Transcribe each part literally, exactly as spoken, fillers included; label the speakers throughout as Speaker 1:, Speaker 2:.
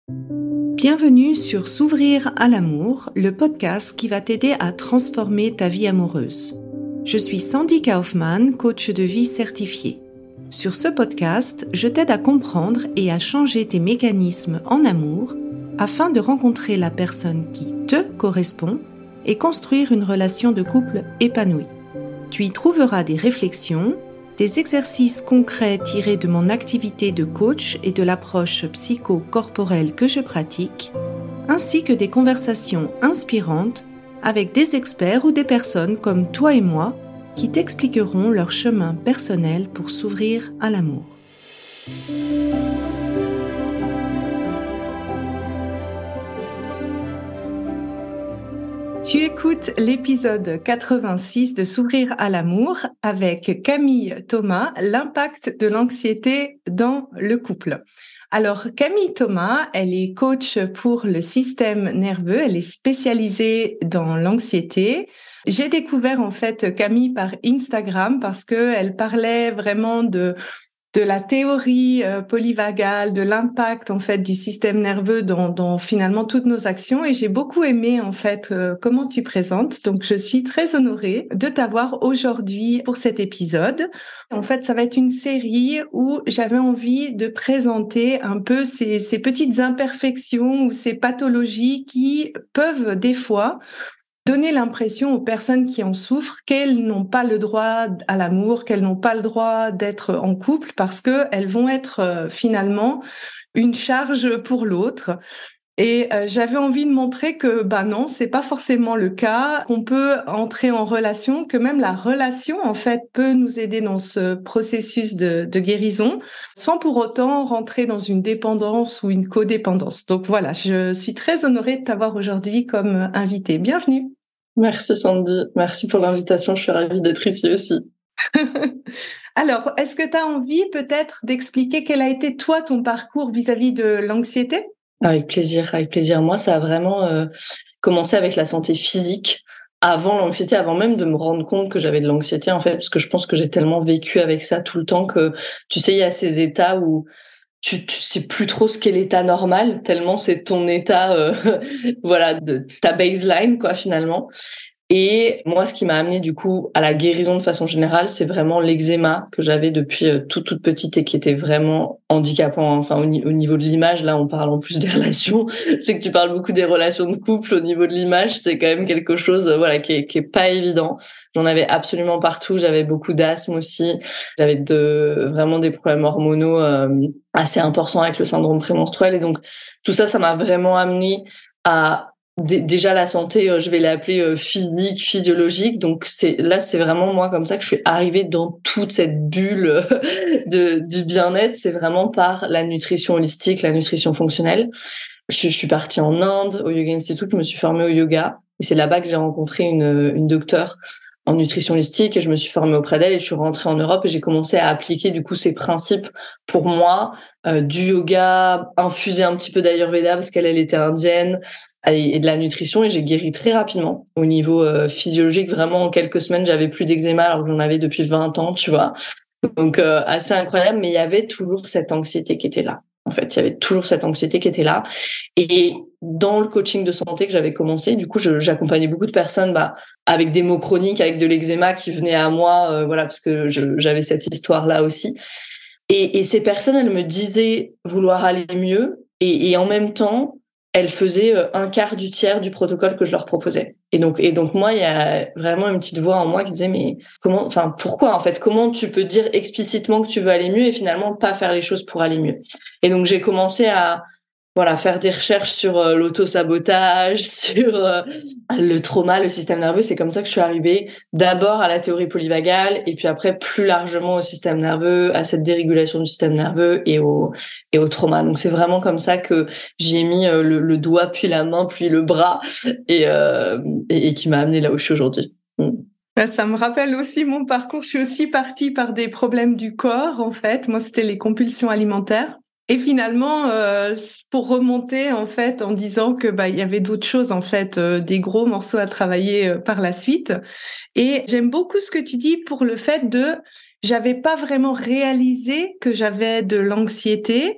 Speaker 1: Bienvenue sur S'ouvrir à l'amour, le podcast qui va t'aider à transformer ta vie amoureuse. Je suis Sandy Kaufmann, coach de vie certifiée. Sur ce podcast, je t'aide à comprendre et à changer tes mécanismes en amour afin de rencontrer la personne qui te correspond et construire une relation de couple épanouie. Tu y trouveras des réflexions, des exercices concrets tirés de mon activité de coach et de l'approche psycho-corporelle que je pratique, ainsi que des conversations inspirantes avec des experts ou des personnes comme toi et moi qui t'expliqueront leur chemin personnel pour s'ouvrir à l'amour. Tu écoutes l'épisode quatre-vingt-six de S'ouvrir à l'amour avec Camille Thomas, l'impact de l'anxiété dans le couple. Alors Camille Thomas, elle est coach pour le système nerveux, elle est spécialisée dans l'anxiété. J'ai découvert en fait Camille par Instagram parce que elle parlait vraiment de de la théorie euh, polyvagale, de l'impact en fait du système nerveux dans, dans finalement toutes nos actions, et j'ai beaucoup aimé en fait euh, comment tu présentes. Donc je suis très honorée de t'avoir aujourd'hui pour cet épisode. En fait, ça va être une série où j'avais envie de présenter un peu ces, ces petites imperfections ou ces pathologies qui peuvent des fois donner l'impression aux personnes qui en souffrent qu'elles n'ont pas le droit à l'amour, qu'elles n'ont pas le droit d'être en couple parce qu'elles vont être euh, finalement une charge pour l'autre. Et euh, j'avais envie de montrer que bah non, c'est pas forcément le cas, qu'on peut entrer en relation, que même la relation en fait peut nous aider dans ce processus de, de guérison, sans pour autant rentrer dans une dépendance ou une codépendance. Donc voilà, je suis très honorée de t'avoir aujourd'hui comme invitée. Bienvenue.
Speaker 2: Merci Sandy, merci pour l'invitation, je suis ravie d'être ici aussi.
Speaker 1: Alors, est-ce que tu as envie peut-être d'expliquer quel a été toi ton parcours vis-à-vis de l'anxiété ?
Speaker 2: Avec plaisir, avec plaisir. Moi, ça a vraiment euh, commencé avec la santé physique, avant l'anxiété, avant même de me rendre compte que j'avais de l'anxiété, en fait, parce que je pense que j'ai tellement vécu avec ça tout le temps que, tu sais, il y a ces états où tu, tu sais plus trop ce qu'est l'état normal, tellement c'est ton état, euh, voilà, de ta baseline, quoi, finalement. Et moi, ce qui m'a amené du coup à la guérison de façon générale, c'est vraiment l'eczéma que j'avais depuis euh, toute toute petite et qui était vraiment handicapant. Enfin, au, au niveau de l'image, là, on parle en plus des relations. C'est que tu parles beaucoup des relations de couple. Au niveau de l'image, c'est quand même quelque chose, euh, voilà, qui est, qui est pas évident. J'en avais absolument partout. J'avais beaucoup d'asthme aussi. J'avais de vraiment des problèmes hormonaux euh, assez importants avec le syndrome prémenstruel. Et donc tout ça, ça m'a vraiment amené à déjà la santé, je vais l'appeler physique, physiologique. Donc c'est là, c'est vraiment moi comme ça que je suis arrivée dans toute cette bulle de du bien-être. C'est vraiment par la nutrition holistique, la nutrition fonctionnelle. Je, je suis partie en Inde au Yoga Institute, je me suis formée au yoga et c'est là-bas que j'ai rencontré une une docteure en nutrition holistique et je me suis formée auprès d'elle et je suis rentrée en Europe et j'ai commencé à appliquer du coup ces principes pour moi, euh, du yoga infusé un petit peu d'Ayurveda parce qu'elle elle était indienne et, et de la nutrition et j'ai guéri très rapidement au niveau euh, physiologique. Vraiment en quelques semaines j'avais plus d'eczéma alors que j'en avais depuis vingt ans, tu vois. Donc euh, assez incroyable, mais il y avait toujours cette anxiété qui était là. En fait, il y avait toujours cette anxiété qui était là. Et dans le coaching de santé que j'avais commencé, du coup, je, j'accompagnais beaucoup de personnes bah, avec des maux chroniques, avec de l'eczéma qui venaient à moi, euh, voilà, parce que je, j'avais cette histoire-là aussi. Et, et ces personnes, elles me disaient vouloir aller mieux, et, et en même temps, elles faisaient un quart du tiers du protocole que je leur proposais. Et donc, et donc moi, il y a vraiment une petite voix en moi qui disait mais comment, enfin pourquoi en fait, comment tu peux dire explicitement que tu veux aller mieux et finalement pas faire les choses pour aller mieux. Et donc j'ai commencé à voilà, faire des recherches sur euh, l'auto-sabotage, sur euh, le trauma, le système nerveux. C'est comme ça que je suis arrivée d'abord à la théorie polyvagale et puis après plus largement au système nerveux, à cette dérégulation du système nerveux et au, et au trauma. Donc c'est vraiment comme ça que j'ai mis euh, le, le doigt, puis la main, puis le bras et, euh, et, et qui m'a amenée là où je suis aujourd'hui. Mm.
Speaker 1: Ça me rappelle aussi mon parcours. Je suis aussi partie par des problèmes du corps, en fait. Moi, c'était les compulsions alimentaires. Et finalement, euh, pour remonter en fait, en disant que bah il y avait d'autres choses en fait, euh, des gros morceaux à travailler euh, par la suite. Et j'aime beaucoup ce que tu dis pour le fait de, j'avais pas vraiment réalisé que j'avais de l'anxiété.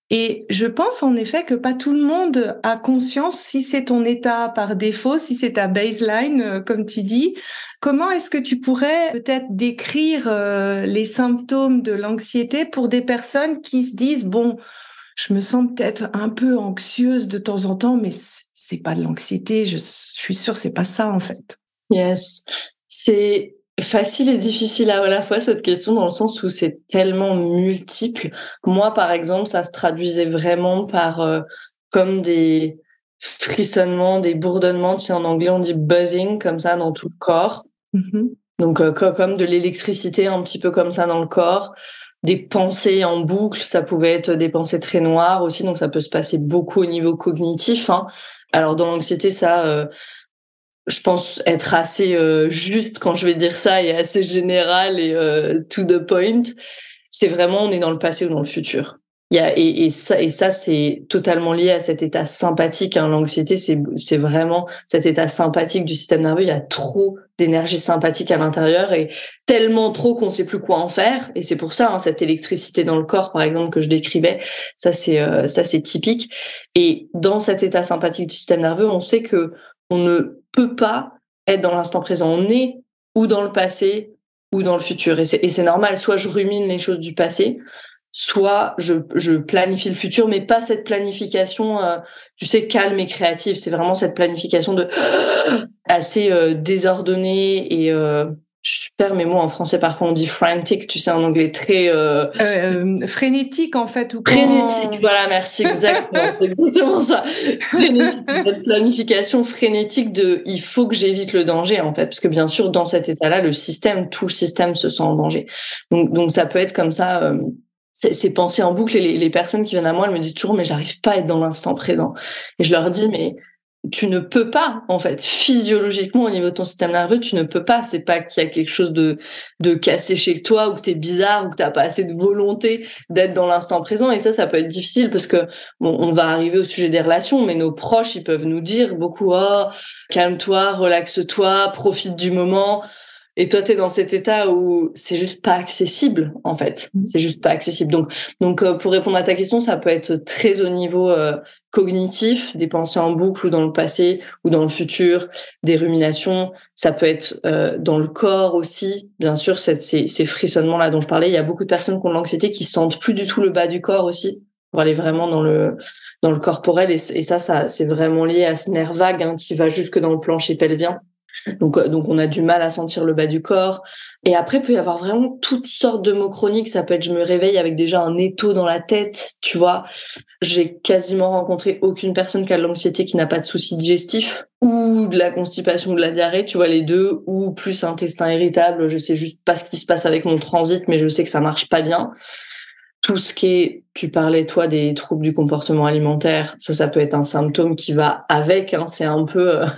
Speaker 1: Et je pense en effet que pas tout le monde a conscience si c'est ton état par défaut, si c'est ta baseline, euh, comme tu dis. Comment est-ce que tu pourrais peut-être décrire euh, les symptômes de l'anxiété pour des personnes qui se disent, bon, je me sens peut-être un peu anxieuse de temps en temps, mais c'est pas de l'anxiété, je, je suis sûre c'est pas ça en fait.
Speaker 2: Yes. C'est facile et difficile à la fois cette question dans le sens où c'est tellement multiple. Moi, par exemple, ça se traduisait vraiment par euh, comme des frissonnements, des bourdonnements. Tu sais, en anglais, on dit buzzing, comme ça, dans tout le corps. Mm-hmm. Donc, euh, comme de l'électricité, un petit peu comme ça dans le corps. Des pensées en boucle, ça pouvait être des pensées très noires aussi, donc ça peut se passer beaucoup au niveau cognitif. Hein. Alors, dans l'anxiété, ça... Euh, je pense être assez euh, juste quand je vais dire ça et assez général et euh, to the point. C'est vraiment, on est dans le passé ou dans le futur. Il y a, et, et ça, et ça, c'est totalement lié à cet état sympathique. Hein. L'anxiété, c'est, c'est vraiment cet état sympathique du système nerveux. Il y a trop d'énergie sympathique à l'intérieur et tellement trop qu'on sait plus quoi en faire. Et c'est pour ça, hein, cette électricité dans le corps, par exemple, que je décrivais, ça, c'est, euh, ça, c'est typique. Et dans cet état sympathique du système nerveux, on sait que on ne peut pas être dans l'instant présent. On est ou dans le passé ou dans le futur. Et c'est, et c'est normal. Soit je rumine les choses du passé, soit je, je planifie le futur, mais pas cette planification, euh, tu sais, calme et créative. C'est vraiment cette planification de assez euh, désordonnée et euh, je perds mes mots en français. Parfois on dit frantic, tu sais, en anglais très euh...
Speaker 1: Euh, frénétique en fait ou
Speaker 2: frénétique.
Speaker 1: quand...
Speaker 2: Voilà, merci, exactement, c'est exactement ça. Frénétique, cette planification frénétique de, il faut que j'évite le danger en fait, parce que bien sûr dans cet état-là, le système, tout le système se sent en danger. Donc, donc ça peut être comme ça. Euh, C'est, c'est pensées en boucle et les, les personnes qui viennent à moi, elles me disent toujours mais j'arrive pas à être dans l'instant présent. Et je leur dis mais tu ne peux pas en fait physiologiquement au niveau de ton système nerveux, tu ne peux pas. C'est pas qu'il y a quelque chose de de cassé chez toi ou que t'es bizarre ou que t'as pas assez de volonté d'être dans l'instant présent. Et ça, ça peut être difficile parce que bon, on va arriver au sujet des relations, mais nos proches ils peuvent nous dire beaucoup oh calme-toi, relaxe-toi, profite du moment. Et toi, t'es dans cet état où c'est juste pas accessible, en fait. C'est juste pas accessible. Donc, donc euh, pour répondre à ta question, ça peut être très au niveau euh, cognitif, des pensées en boucle ou dans le passé ou dans le futur, des ruminations. Ça peut être euh, dans le corps aussi. Bien sûr, cette, ces, ces frissonnements-là dont je parlais, il y a beaucoup de personnes qui ont de l'anxiété qui sentent plus du tout le bas du corps aussi, pour aller vraiment dans le dans le corporel. Et, et ça, ça, c'est vraiment lié à ce nerf vague hein, qui va jusque dans le plancher pelvien. Donc, donc, on a du mal à sentir le bas du corps. Et après, il peut y avoir vraiment toutes sortes de maux chroniques. Ça peut être, je me réveille avec déjà un étau dans la tête, tu vois. J'ai quasiment rencontré aucune personne qui a de l'anxiété qui n'a pas de soucis digestifs ou de la constipation ou de la diarrhée, tu vois, les deux, ou plus intestin irritable. Je sais juste pas ce qui se passe avec mon transit, mais je sais que ça marche pas bien. Tout ce qui est, tu parlais toi des troubles du comportement alimentaire, ça, ça peut être un symptôme qui va avec. Hein, c'est un peu, euh,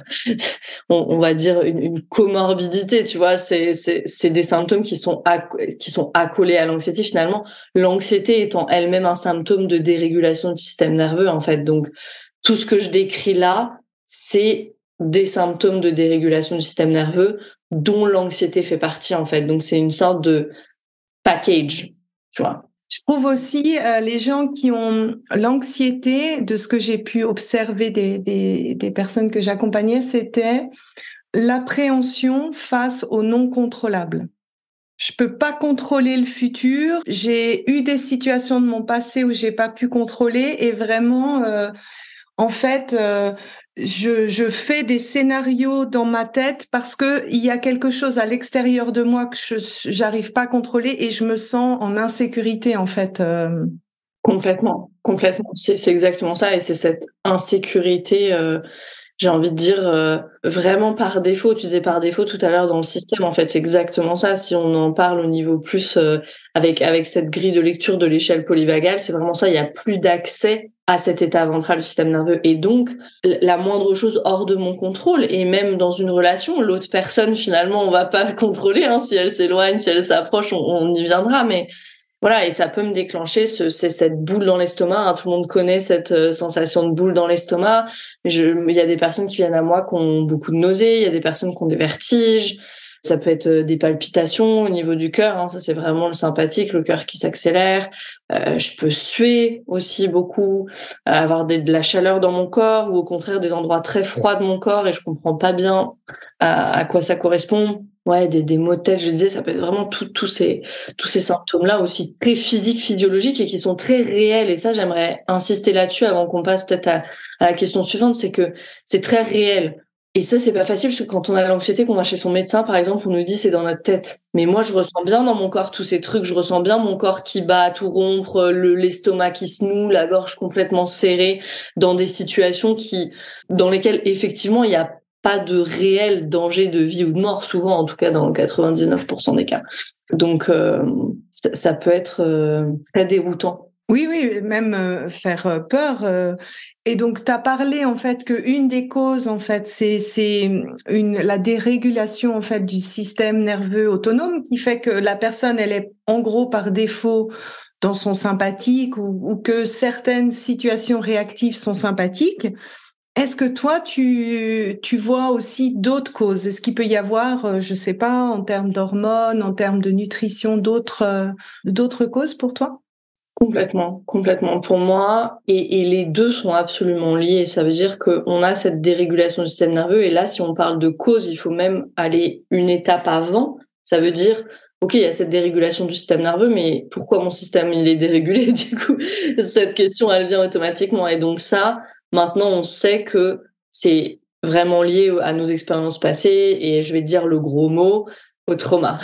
Speaker 2: on, on va dire une, une comorbidité, tu vois. C'est, c'est, c'est des symptômes qui sont acc- qui sont accolés à l'anxiété finalement. L'anxiété étant elle-même un symptôme de dérégulation du système nerveux en fait. Donc tout ce que je décris là, c'est des symptômes de dérégulation du système nerveux dont l'anxiété fait partie en fait. Donc c'est une sorte de package, tu vois.
Speaker 1: Je trouve aussi euh, les gens qui ont l'anxiété, de ce que j'ai pu observer des, des, des personnes que j'accompagnais, c'était l'appréhension face au non contrôlable. Je peux pas contrôler le futur. J'ai eu des situations de mon passé où j'ai pas pu contrôler et vraiment, euh, en fait, euh, je, je fais des scénarios dans ma tête parce que il y a quelque chose à l'extérieur de moi que je j'arrive pas à contrôler et je me sens en insécurité en fait. Euh...
Speaker 2: Complètement, complètement. C'est, c'est exactement ça et c'est cette insécurité. Euh, j'ai envie de dire euh, vraiment par défaut. Tu disais par défaut tout à l'heure dans le système. En fait, c'est exactement ça. Si on en parle au niveau plus euh, avec avec cette grille de lecture de l'échelle polyvagale, c'est vraiment ça. Il y a plus d'accès à cet état ventral du système nerveux et donc la moindre chose hors de mon contrôle et même dans une relation, l'autre personne finalement on va pas contrôler. Hein, si elle s'éloigne, si elle s'approche, on, on y viendra. Mais voilà, et ça peut me déclencher ce, c'est cette boule dans l'estomac. Hein. Tout le monde connaît cette euh, sensation de boule dans l'estomac. Je, il y a des personnes qui viennent à moi qui ont beaucoup de nausées, il y a des personnes qui ont des vertiges. Ça peut être des palpitations au niveau du cœur, hein, ça c'est vraiment le sympathique, le cœur qui s'accélère. Euh, je peux suer aussi beaucoup, avoir des, de la chaleur dans mon corps ou au contraire des endroits très froids de mon corps et je comprends pas bien à, à quoi ça correspond. Ouais, des, des maux de tête, je disais, ça peut être vraiment tous ces, tous ces symptômes-là aussi très physiques, physiologiques et qui sont très réels. Et ça, j'aimerais insister là-dessus avant qu'on passe peut-être à, à la question suivante, c'est que c'est très réel. Et ça, c'est pas facile parce que quand on a l'anxiété, qu'on va chez son médecin, par exemple, on nous dit c'est dans notre tête. Mais moi, je ressens bien dans mon corps tous ces trucs. Je ressens bien mon corps qui bat à tout rompre, le, l'estomac qui se noue, la gorge complètement serrée, dans des situations qui, dans lesquelles effectivement, il y a pas de réel danger de vie ou de mort, souvent, en tout cas dans quatre-vingt-dix-neuf pour cent des cas. Donc, euh, ça, ça peut être euh, très déroutant.
Speaker 1: Oui, oui, même euh, faire peur. Euh, et donc, tu as parlé en fait qu'une des causes, en fait, c'est c'est une la dérégulation en fait du système nerveux autonome qui fait que la personne, elle est en gros par défaut dans son sympathique ou, ou que certaines situations réactives sont sympathiques. Est-ce que toi, tu tu vois aussi d'autres causes? Est-ce qu'il peut y avoir, je sais pas, en termes d'hormones, en termes de nutrition, d'autres d'autres causes pour toi?
Speaker 2: Complètement, complètement. Pour moi, et, et les deux sont absolument liés. Ça veut dire qu'on a cette dérégulation du système nerveux. Et là, si on parle de cause, il faut même aller une étape avant. Ça veut dire, OK, il y a cette dérégulation du système nerveux, mais pourquoi mon système, il est dérégulé? Du coup, cette question, elle vient automatiquement. Et donc ça, maintenant, on sait que c'est vraiment lié à nos expériences passées. Et je vais te dire le gros mot, au trauma.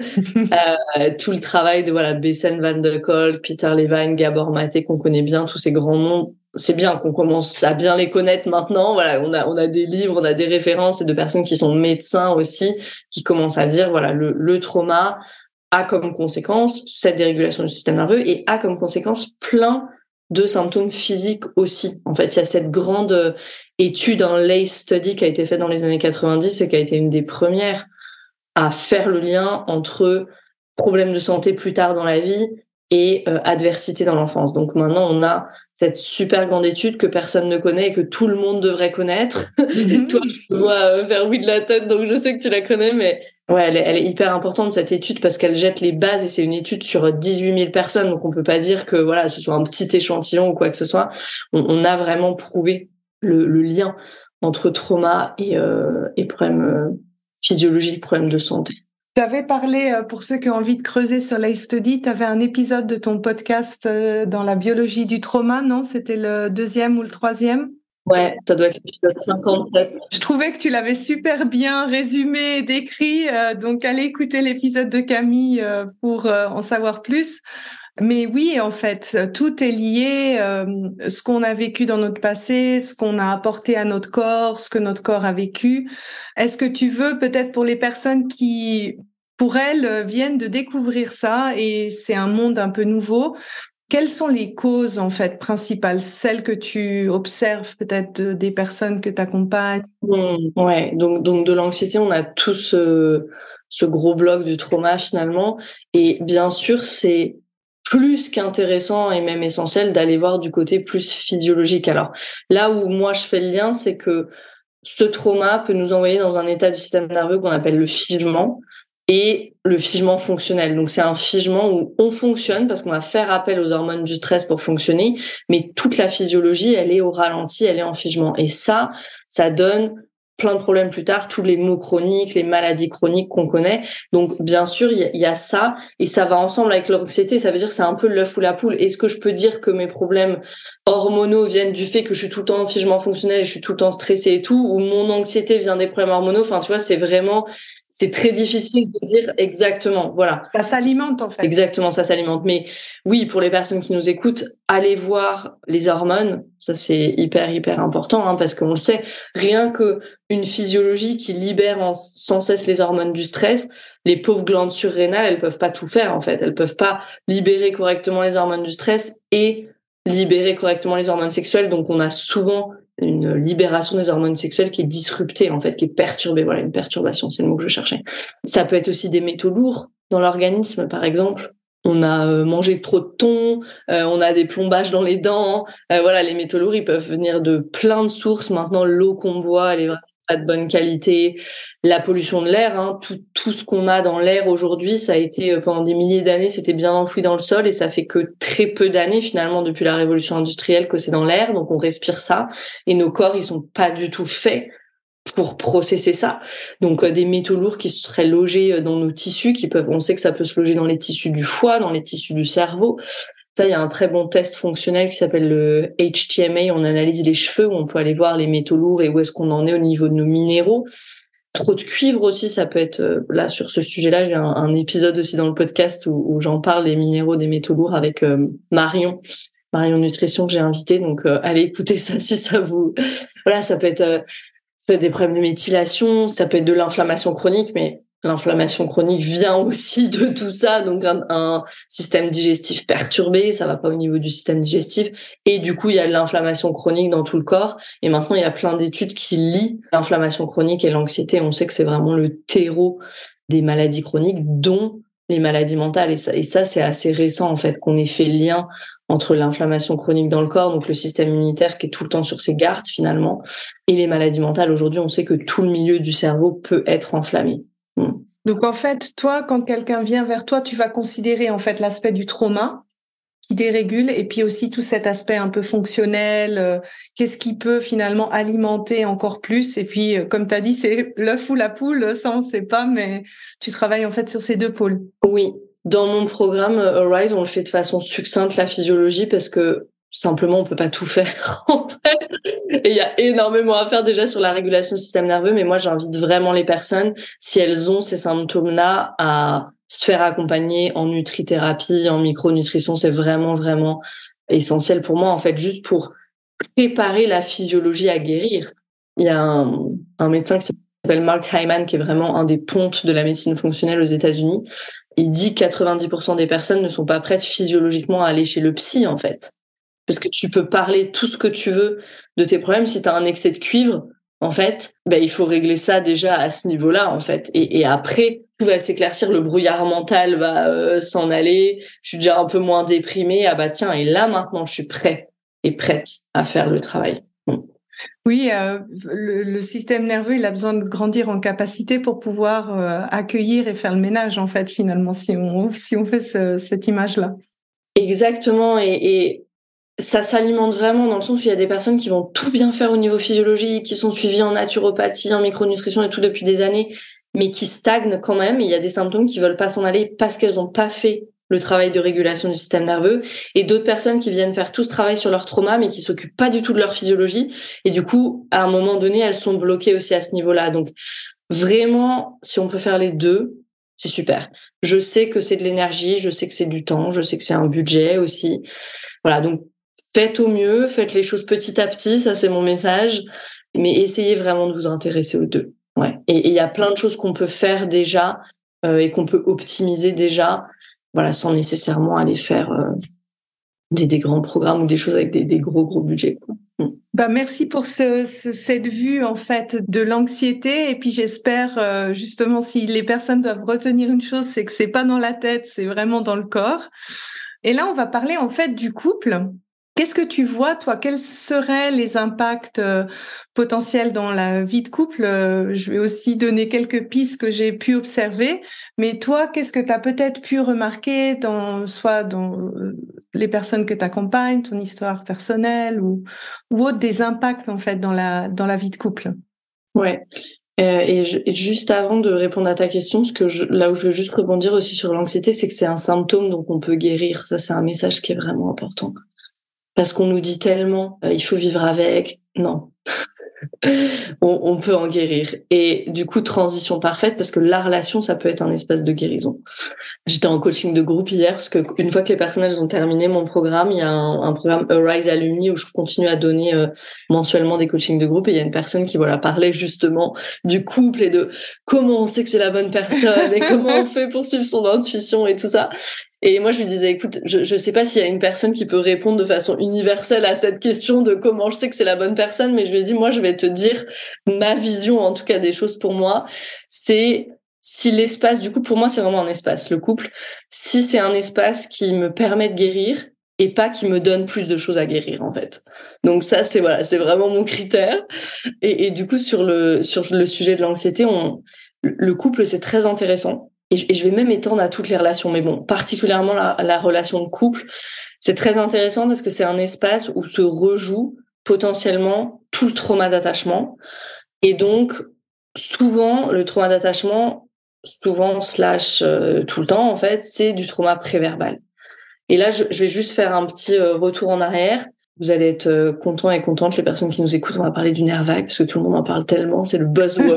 Speaker 2: euh, tout le travail de voilà Bessène van der Kolk, Peter Levine, Gabor Maté qu'on connaît bien, tous ces grands noms, c'est bien qu'on commence à bien les connaître maintenant. Voilà, on a on a des livres, on a des références et de personnes qui sont médecins aussi qui commencent à dire voilà le, le trauma a comme conséquence cette dérégulation du système nerveux et a comme conséquence plein de symptômes physiques aussi. En fait, il y a cette grande étude, un Lace Study qui a été faite dans les années quatre-vingt-dix et qui a été une des premières à faire le lien entre problèmes de santé plus tard dans la vie et euh, adversité dans l'enfance. Donc maintenant, on a cette super grande étude que personne ne connaît et que tout le monde devrait connaître. Mm-hmm. Toi, je dois euh, faire oui de la tête, donc je sais que tu la connais, mais ouais, elle est, elle est hyper importante cette étude parce qu'elle jette les bases et c'est une étude sur dix-huit mille personnes, donc on peut pas dire que voilà, ce soit un petit échantillon ou quoi que ce soit. On, on a vraiment prouvé le, le lien entre trauma et, euh, et problèmes euh, physiologiques, problèmes de santé.
Speaker 1: Tu avais parlé, pour ceux qui ont envie de creuser sur Lace Study, tu avais un épisode de ton podcast dans la biologie du trauma, non? C'était le deuxième ou le troisième?
Speaker 2: Ouais, ça doit être l'épisode cinquante-sept.
Speaker 1: Je trouvais que tu l'avais super bien résumé et décrit, donc allez écouter l'épisode de Camille pour en savoir plus. Mais oui, en fait, tout est lié, euh, ce qu'on a vécu dans notre passé, ce qu'on a apporté à notre corps, ce que notre corps a vécu. Est-ce que tu veux, peut-être pour les personnes qui, pour elles, viennent de découvrir ça et c'est un monde un peu nouveau, quelles sont les causes, en fait, principales, celles que tu observes peut-être de, des personnes que tu accompagnes?
Speaker 2: Mmh, ouais, donc, donc de l'anxiété, on a tout ce, ce gros bloc du trauma finalement. Et bien sûr, c'est plus qu'intéressant et même essentiel d'aller voir du côté plus physiologique. Alors là où moi je fais le lien, c'est que ce trauma peut nous envoyer dans un état du système nerveux qu'on appelle le figement et le figement fonctionnel. Donc c'est un figement où on fonctionne parce qu'on va faire appel aux hormones du stress pour fonctionner, mais toute la physiologie, elle est au ralenti, elle est en figement. Et ça, ça donne plein de problèmes plus tard, tous les maux chroniques, les maladies chroniques qu'on connaît. Donc, bien sûr, il y, y a ça, et ça va ensemble avec l'anxiété. Ça veut dire que c'est un peu l'œuf ou la poule. Est-ce que je peux dire que mes problèmes hormonaux viennent du fait que je suis tout le temps en figement fonctionnel et je suis tout le temps stressée et tout, ou mon anxiété vient des problèmes hormonaux? Enfin, tu vois, c'est vraiment... C'est très difficile de dire exactement, voilà.
Speaker 1: Ça s'alimente, en fait.
Speaker 2: Exactement, ça s'alimente. Mais oui, pour les personnes qui nous écoutent, allez voir les hormones. Ça, c'est hyper, hyper important, hein, parce qu'on le sait. Rien que une physiologie qui libère en, sans cesse les hormones du stress, les pauvres glandes surrénales, elles peuvent pas tout faire, en fait. Elles peuvent pas libérer correctement les hormones du stress et libérer correctement les hormones sexuelles. Donc, on a souvent une libération des hormones sexuelles qui est disruptée, en fait, qui est perturbée. Voilà, une perturbation, c'est le mot que je cherchais. Ça peut être aussi des métaux lourds dans l'organisme, par exemple. On a euh, mangé trop de thon, euh, on a des plombages dans les dents. Euh, voilà, les métaux lourds, ils peuvent venir de plein de sources. Maintenant, l'eau qu'on boit, elle est pas de bonne qualité, la pollution de l'air, hein, tout, tout ce qu'on a dans l'air aujourd'hui, ça a été pendant des milliers d'années, c'était bien enfoui dans le sol et ça fait que très peu d'années finalement depuis la révolution industrielle que c'est dans l'air, donc on respire ça et nos corps ils sont pas du tout faits pour processer ça. Donc euh, des métaux lourds qui seraient logés dans nos tissus, qui peuvent, on sait que ça peut se loger dans les tissus du foie, dans les tissus du cerveau. Ça, il y a un très bon test fonctionnel qui s'appelle le H T M A. On analyse les cheveux, où on peut aller voir les métaux lourds et où est-ce qu'on en est au niveau de nos minéraux. Trop de cuivre aussi, ça peut être, euh, là, sur ce sujet-là, j'ai un, un épisode aussi dans le podcast où, où j'en parle des minéraux, des métaux lourds avec euh, Marion, Marion Nutrition que j'ai invité. Donc, euh, allez écouter ça si ça vous... Voilà, ça peut être, euh, ça peut être des problèmes de méthylation, ça peut être de l'inflammation chronique, mais l'inflammation chronique vient aussi de tout ça, donc un, un système digestif perturbé, ça va pas au niveau du système digestif, et du coup il y a de l'inflammation chronique dans tout le corps, et maintenant il y a plein d'études qui lient l'inflammation chronique et l'anxiété, on sait que c'est vraiment le terreau des maladies chroniques, dont les maladies mentales, et ça, et ça c'est assez récent en fait, qu'on ait fait le lien entre l'inflammation chronique dans le corps, donc le système immunitaire qui est tout le temps sur ses gardes finalement, et les maladies mentales. Aujourd'hui on sait que tout le milieu du cerveau peut être enflammé.
Speaker 1: Donc en fait, toi, quand quelqu'un vient vers toi, tu vas considérer en fait l'aspect du trauma qui dérégule et puis aussi tout cet aspect un peu fonctionnel, euh, qu'est-ce qui peut finalement alimenter encore plus. Et puis, euh, comme tu as dit, c'est l'œuf ou la poule, ça on sait pas, mais tu travailles en fait sur ces deux pôles.
Speaker 2: Oui, dans mon programme Arise, on le fait de façon succincte, la physiologie, parce que simplement, on peut pas tout faire, en fait. Et il y a énormément à faire déjà sur la régulation du système nerveux, mais moi, j'invite vraiment les personnes, si elles ont ces symptômes-là, à se faire accompagner en nutrithérapie, en micronutrition. C'est vraiment, vraiment essentiel pour moi, en fait, juste pour préparer la physiologie à guérir. Il y a un, un médecin qui s'appelle Mark Hyman, qui est vraiment un des pontes de la médecine fonctionnelle aux États-Unis. Il dit que quatre-vingt-dix pour cent des personnes ne sont pas prêtes physiologiquement à aller chez le psy, en fait. Parce que tu peux parler tout ce que tu veux de tes problèmes. Si tu as un excès de cuivre, en fait, ben, il faut régler ça déjà à ce niveau-là, en fait. Et, et après, tout va s'éclaircir, le brouillard mental va euh, s'en aller. Je suis déjà un peu moins déprimée. Ah bah tiens, et là, maintenant, je suis prêt et prête à faire le travail. Bon.
Speaker 1: Oui, euh, le, le système nerveux, il a besoin de grandir en capacité pour pouvoir euh, accueillir et faire le ménage, en fait, finalement, si on, si on fait ce, cette image-là.
Speaker 2: Exactement. Et... et ça s'alimente vraiment dans le sens où il y a des personnes qui vont tout bien faire au niveau physiologique, qui sont suivies en naturopathie, en micronutrition et tout depuis des années, mais qui stagnent quand même. Et il y a des symptômes qui veulent pas s'en aller parce qu'elles ont pas fait le travail de régulation du système nerveux, et d'autres personnes qui viennent faire tout ce travail sur leur trauma, mais qui s'occupent pas du tout de leur physiologie. Et du coup, à un moment donné, elles sont bloquées aussi à ce niveau-là. Donc, vraiment, si on peut faire les deux, c'est super. Je sais que c'est de l'énergie, je sais que c'est du temps, je sais que c'est un budget aussi. Voilà, donc, faites au mieux, faites les choses petit à petit, ça c'est mon message, mais essayez vraiment de vous intéresser aux deux. Ouais. Et il y a plein de choses qu'on peut faire déjà euh, et qu'on peut optimiser déjà, voilà, sans nécessairement aller faire euh, des, des grands programmes ou des choses avec des, des gros gros budgets, quoi.
Speaker 1: Bah merci pour ce, ce, cette vue en fait de l'anxiété, et puis j'espère euh, justement, si les personnes doivent retenir une chose, c'est que c'est pas dans la tête, c'est vraiment dans le corps. Et là on va parler en fait du couple. Qu'est-ce que tu vois, toi? Quels seraient les impacts euh, potentiels dans la vie de couple? euh, Je vais aussi donner quelques pistes que j'ai pu observer. Mais toi, qu'est-ce que tu as peut-être pu remarquer dans, soit dans euh, les personnes que tu accompagnes, ton histoire personnelle ou, ou autre, des impacts en fait dans la, dans la vie de couple?
Speaker 2: Ouais. Euh, et, je, et juste avant de répondre à ta question, ce que je, là où je veux juste rebondir aussi sur l'anxiété, c'est que c'est un symptôme donc on peut guérir. Ça, c'est un message qui est vraiment important. Parce qu'on nous dit tellement, euh, il faut vivre avec. Non. on, on peut en guérir. Et du coup, transition parfaite, parce que la relation, ça peut être un espace de guérison. J'étais en coaching de groupe hier, parce que une fois que les personnes elles ont terminé mon programme, il y a un, un programme Arise Alumni où je continue à donner euh, mensuellement des coachings de groupe, et il y a une personne qui voilà parlait justement du couple et de comment on sait que c'est la bonne personne et comment on fait pour suivre son intuition et tout ça. Et moi, je lui disais, écoute, je je sais pas s'il y a une personne qui peut répondre de façon universelle à cette question de comment je sais que c'est la bonne personne, mais je lui ai dit, moi, je vais te dire ma vision, en tout cas des choses pour moi, c'est si l'espace, du coup, pour moi, c'est vraiment un espace, le couple. Si c'est un espace qui me permet de guérir, et pas qui me donne plus de choses à guérir, en fait. Donc ça, c'est voilà, c'est vraiment mon critère. Et, et du coup, sur le, sur le sujet de l'anxiété, on, le couple, c'est très intéressant. Et je, et je vais même étendre à toutes les relations. Mais bon, particulièrement la, la relation de couple, c'est très intéressant parce que c'est un espace où se rejoue potentiellement tout le trauma d'attachement. Et donc, souvent, le trauma d'attachement, souvent slash euh, tout le temps, en fait, c'est du trauma préverbal. Et là, je, je vais juste faire un petit euh, retour en arrière. Vous allez être euh, contents et contentes, les personnes qui nous écoutent. On va parler du nerf vague parce que tout le monde en parle tellement. C'est le buzzword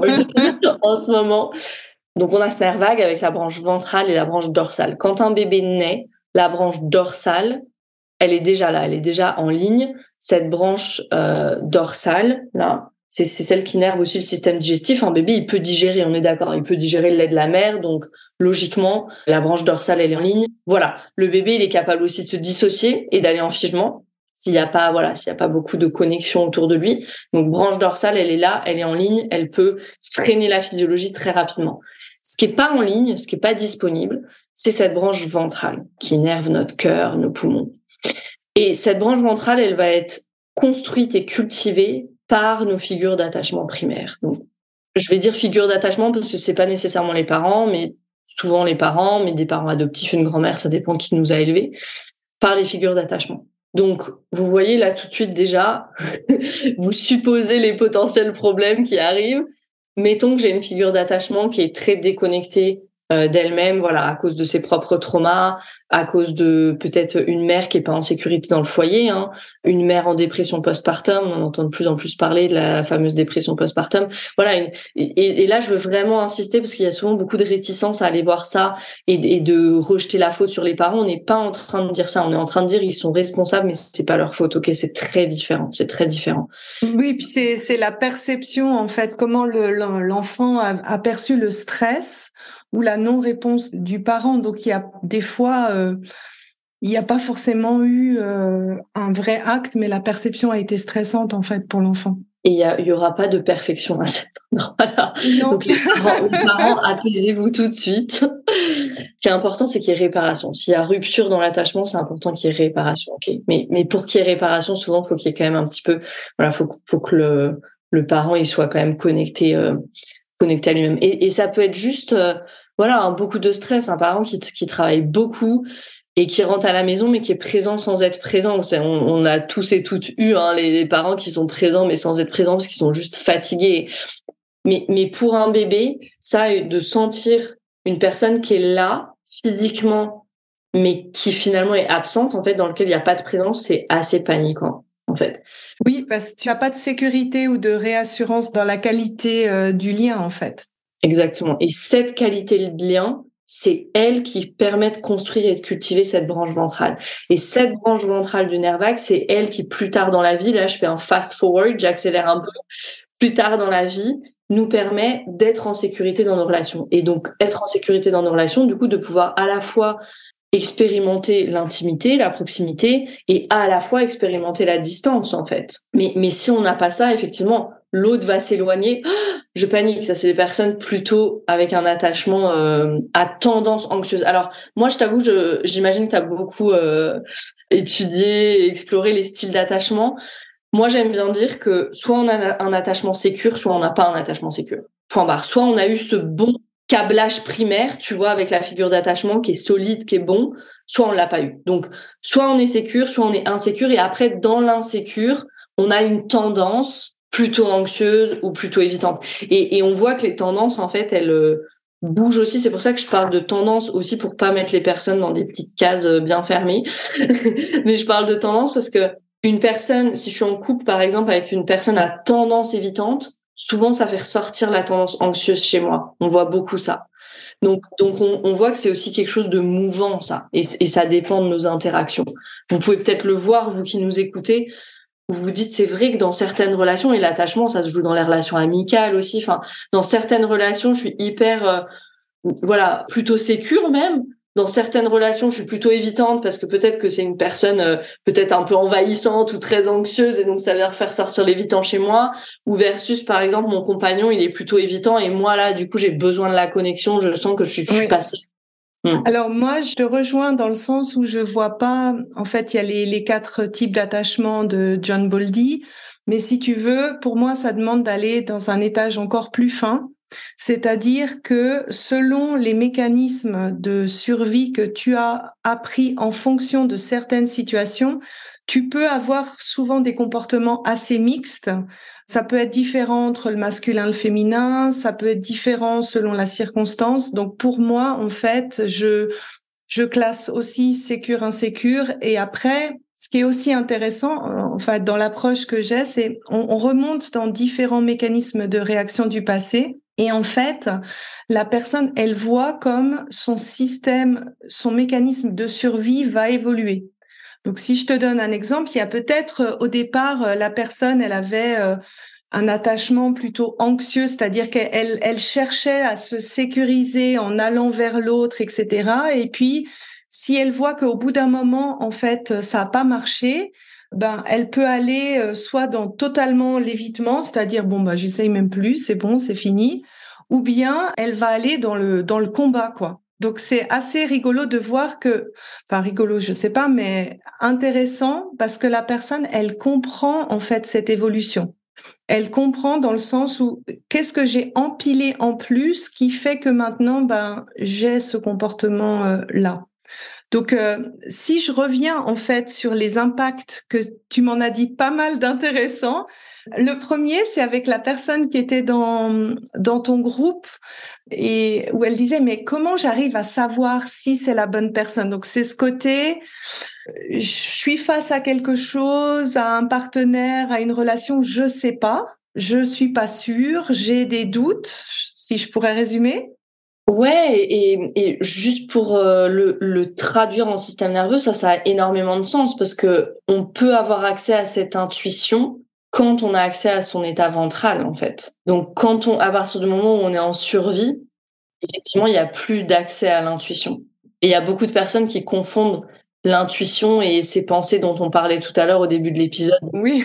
Speaker 2: en ce moment. Donc, on a ce nerf vague avec la branche ventrale et la branche dorsale. Quand un bébé naît, la branche dorsale, elle est déjà là, elle est déjà en ligne. Cette branche euh, dorsale, là, c'est, c'est celle qui nerve aussi le système digestif. Un bébé, il peut digérer, on est d'accord, il peut digérer le lait de la mère, donc logiquement, la branche dorsale, elle est en ligne. Voilà, le bébé, il est capable aussi de se dissocier et d'aller en figement s'il n'y a pas, voilà, s'il y a pas beaucoup de connexion autour de lui. Donc, branche dorsale, elle est là, elle est en ligne, elle peut freiner la physiologie très rapidement. Ce qui est pas en ligne, ce qui est pas disponible, c'est cette branche ventrale qui nerve notre cœur, nos poumons. Et cette branche ventrale, elle va être construite et cultivée par nos figures d'attachement primaires. Donc, je vais dire figures d'attachement parce que c'est pas nécessairement les parents, mais souvent les parents, mais des parents adoptifs, une grand-mère, ça dépend qui nous a élevés, par les figures d'attachement. Donc, vous voyez là tout de suite déjà, vous supposez les potentiels problèmes qui arrivent. Mettons que j'ai une figure d'attachement qui est très déconnectée euh, d'elle-même, voilà, à cause de ses propres traumas, à cause de peut-être une mère qui est pas en sécurité dans le foyer, hein, une mère en dépression postpartum, on entend de plus en plus parler de la fameuse dépression postpartum. Voilà, une, et, et là je veux vraiment insister parce qu'il y a souvent beaucoup de réticence à aller voir ça et, et de rejeter la faute sur les parents. On n'est pas en train de dire ça, on est en train de dire ils sont responsables, mais c'est pas leur faute. Ok, c'est très différent, c'est très différent.
Speaker 1: Oui, puis c'est c'est la perception en fait, comment le, l'enfant a, a perçu le stress ou la non-réponse du parent. Donc, il y a des fois, euh, il n'y a pas forcément eu euh, un vrai acte, mais la perception a été stressante, en fait, pour l'enfant.
Speaker 2: Et il n'y aura pas de perfection à cet endroit-là. Non. Donc, les parents, les parents, apaisez-vous tout de suite. Ce qui est important, c'est qu'il y ait réparation. S'il y a rupture dans l'attachement, c'est important qu'il y ait réparation. Okay, mais, mais pour qu'il y ait réparation, souvent, il faut qu'il y ait quand même un petit peu... Voilà, faut, faut que le, le parent il soit quand même connecté... Euh, connecté à lui-même. Et, et ça peut être juste, euh, voilà, hein, beaucoup de stress, un parent qui, qui travaille beaucoup et qui rentre à la maison, mais qui est présent sans être présent. C'est, on, on a tous et toutes eu hein, les, les parents qui sont présents, mais sans être présents parce qu'ils sont juste fatigués. Mais, mais pour un bébé, ça, de sentir une personne qui est là, physiquement, mais qui finalement est absente, en fait, dans lequel il n'y a pas de présence, c'est assez paniquant. En fait.
Speaker 1: Oui, parce que tu n'as pas de sécurité ou de réassurance dans la qualité euh, du lien, en fait.
Speaker 2: Exactement. Et cette qualité de lien, c'est elle qui permet de construire et de cultiver cette branche ventrale. Et cette branche ventrale du nerf vague, c'est elle qui, plus tard dans la vie, là, je fais un fast forward, j'accélère un peu, plus tard dans la vie, nous permet d'être en sécurité dans nos relations. Et donc, être en sécurité dans nos relations, du coup, de pouvoir à la fois expérimenter l'intimité, la proximité, et à la fois expérimenter la distance, en fait. Mais, mais si on n'a pas ça, effectivement, l'autre va s'éloigner. Oh, je panique. Ça, c'est des personnes plutôt avec un attachement euh, à tendance anxieuse. Alors, moi, je t'avoue, je, j'imagine que tu as beaucoup euh, étudié et exploré les styles d'attachement. Moi, j'aime bien dire que soit on a un attachement sécure, soit on n'a pas un attachement sécure. Point barre. Soit on a eu ce bon câblage primaire, tu vois, avec la figure d'attachement qui est solide, qui est bon, soit on l'a pas eu. Donc, soit on est sécure, soit on est insécure. Et après, dans l'insécure, on a une tendance plutôt anxieuse ou plutôt évitante. Et, et on voit que les tendances, en fait, elles euh, bougent aussi. C'est pour ça que je parle de tendance aussi pour pas mettre les personnes dans des petites cases bien fermées. Mais je parle de tendance parce que une personne, si je suis en couple, par exemple, avec une personne à tendance évitante, souvent, ça fait ressortir la tendance anxieuse chez moi. On voit beaucoup ça. Donc, donc on, on voit que c'est aussi quelque chose de mouvant, ça. Et, et ça dépend de nos interactions. Vous pouvez peut-être le voir, vous qui nous écoutez, vous vous dites, c'est vrai que dans certaines relations, et l'attachement, ça se joue dans les relations amicales aussi, enfin, dans certaines relations, je suis hyper, euh, voilà, plutôt sécure même. Dans certaines relations, je suis plutôt évitante parce que peut-être que c'est une personne euh, peut-être un peu envahissante ou très anxieuse et donc ça va faire sortir l'évitant chez moi. Ou versus, par exemple, mon compagnon, il est plutôt évitant et moi, là, du coup, j'ai besoin de la connexion. Je sens que je suis, je suis
Speaker 1: oui.
Speaker 2: passée. Mmh.
Speaker 1: Alors moi, je te rejoins dans le sens où je vois pas, en fait, il y a les, les quatre types d'attachement de John Bowlby, mais si tu veux, pour moi, ça demande d'aller dans un étage encore plus fin, c'est-à-dire que selon les mécanismes de survie que tu as appris en fonction de certaines situations, tu peux avoir souvent des comportements assez mixtes. Ça peut être différent entre le masculin et le féminin, ça peut être différent selon la circonstance. Donc pour moi, en fait, je je classe aussi sécure insécure. Et après, ce qui est aussi intéressant, en fait, dans l'approche que j'ai, c'est on, on remonte dans différents mécanismes de réaction du passé. Et en fait, la personne, elle voit comme son système, son mécanisme de survie va évoluer. Donc, si je te donne un exemple, il y a peut-être euh, au départ, euh, la personne, elle avait euh, un attachement plutôt anxieux, c'est-à-dire qu'elle elle cherchait à se sécuriser en allant vers l'autre, et cetera. Et puis, si elle voit qu'au bout d'un moment, en fait, ça n'a pas marché, ben, elle peut aller euh, soit dans totalement l'évitement, c'est-à-dire bon, bah, j'essaye même plus, c'est bon, c'est fini, ou bien elle va aller dans le dans le combat, quoi. Donc c'est assez rigolo de voir que, enfin rigolo, je sais pas, mais intéressant parce que la personne, elle comprend en fait cette évolution. Elle comprend dans le sens où qu'est-ce que j'ai empilé en plus qui fait que maintenant, ben j'ai ce comportement euh, là. Donc, euh, si je reviens en fait sur les impacts que tu m'en as dit pas mal d'intéressants, le premier, c'est avec la personne qui était dans dans ton groupe et où elle disait mais comment j'arrive à savoir si c'est la bonne personne. Donc c'est ce côté, je suis face à quelque chose, à un partenaire, à une relation, je sais pas, je suis pas sûre, j'ai des doutes, si je pourrais résumer.
Speaker 2: Ouais, et, et juste pour euh, le, le traduire en système nerveux, ça, ça a énormément de sens parce que on peut avoir accès à cette intuition quand on a accès à son état ventral, en fait. Donc, quand on, à partir du moment où on est en survie, effectivement, il n'y a plus d'accès à l'intuition. Et il y a beaucoup de personnes qui confondent l'intuition et ces pensées dont on parlait tout à l'heure au début de l'épisode.
Speaker 1: Oui.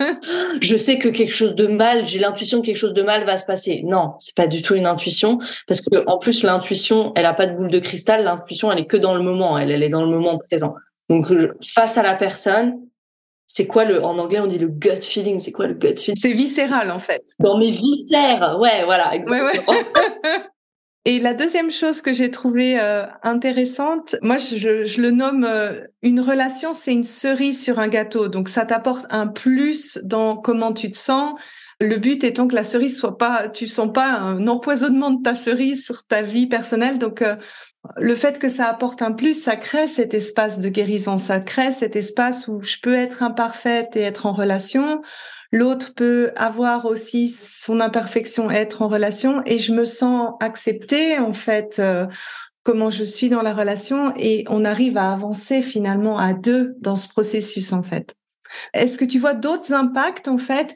Speaker 2: Je sais que quelque chose de mal, j'ai l'intuition que quelque chose de mal va se passer. Non, c'est pas du tout une intuition parce que en plus l'intuition, elle a pas de boule de cristal, l'intuition elle est que dans le moment, elle elle est dans le moment présent. Donc je, face à la personne, c'est quoi le en anglais on dit le gut feeling, c'est quoi le gut feeling?
Speaker 1: C'est viscéral en fait.
Speaker 2: Dans mes viscères. Ouais, voilà, exactement.
Speaker 1: Ouais, ouais. Et la deuxième chose que j'ai trouvée euh, intéressante, moi je, je le nomme euh, une relation, c'est une cerise sur un gâteau. Donc ça t'apporte un plus dans comment tu te sens. Le but étant que la cerise soit pas, tu sens pas un empoisonnement de ta cerise sur ta vie personnelle. Donc euh, le fait que ça apporte un plus, ça crée cet espace de guérison, ça crée cet espace où je peux être imparfaite et être en relation. L'autre peut avoir aussi son imperfection, être en relation, et je me sens acceptée en fait euh, comment je suis dans la relation, et on arrive à avancer finalement à deux dans ce processus en fait. Est-ce que tu vois d'autres impacts en fait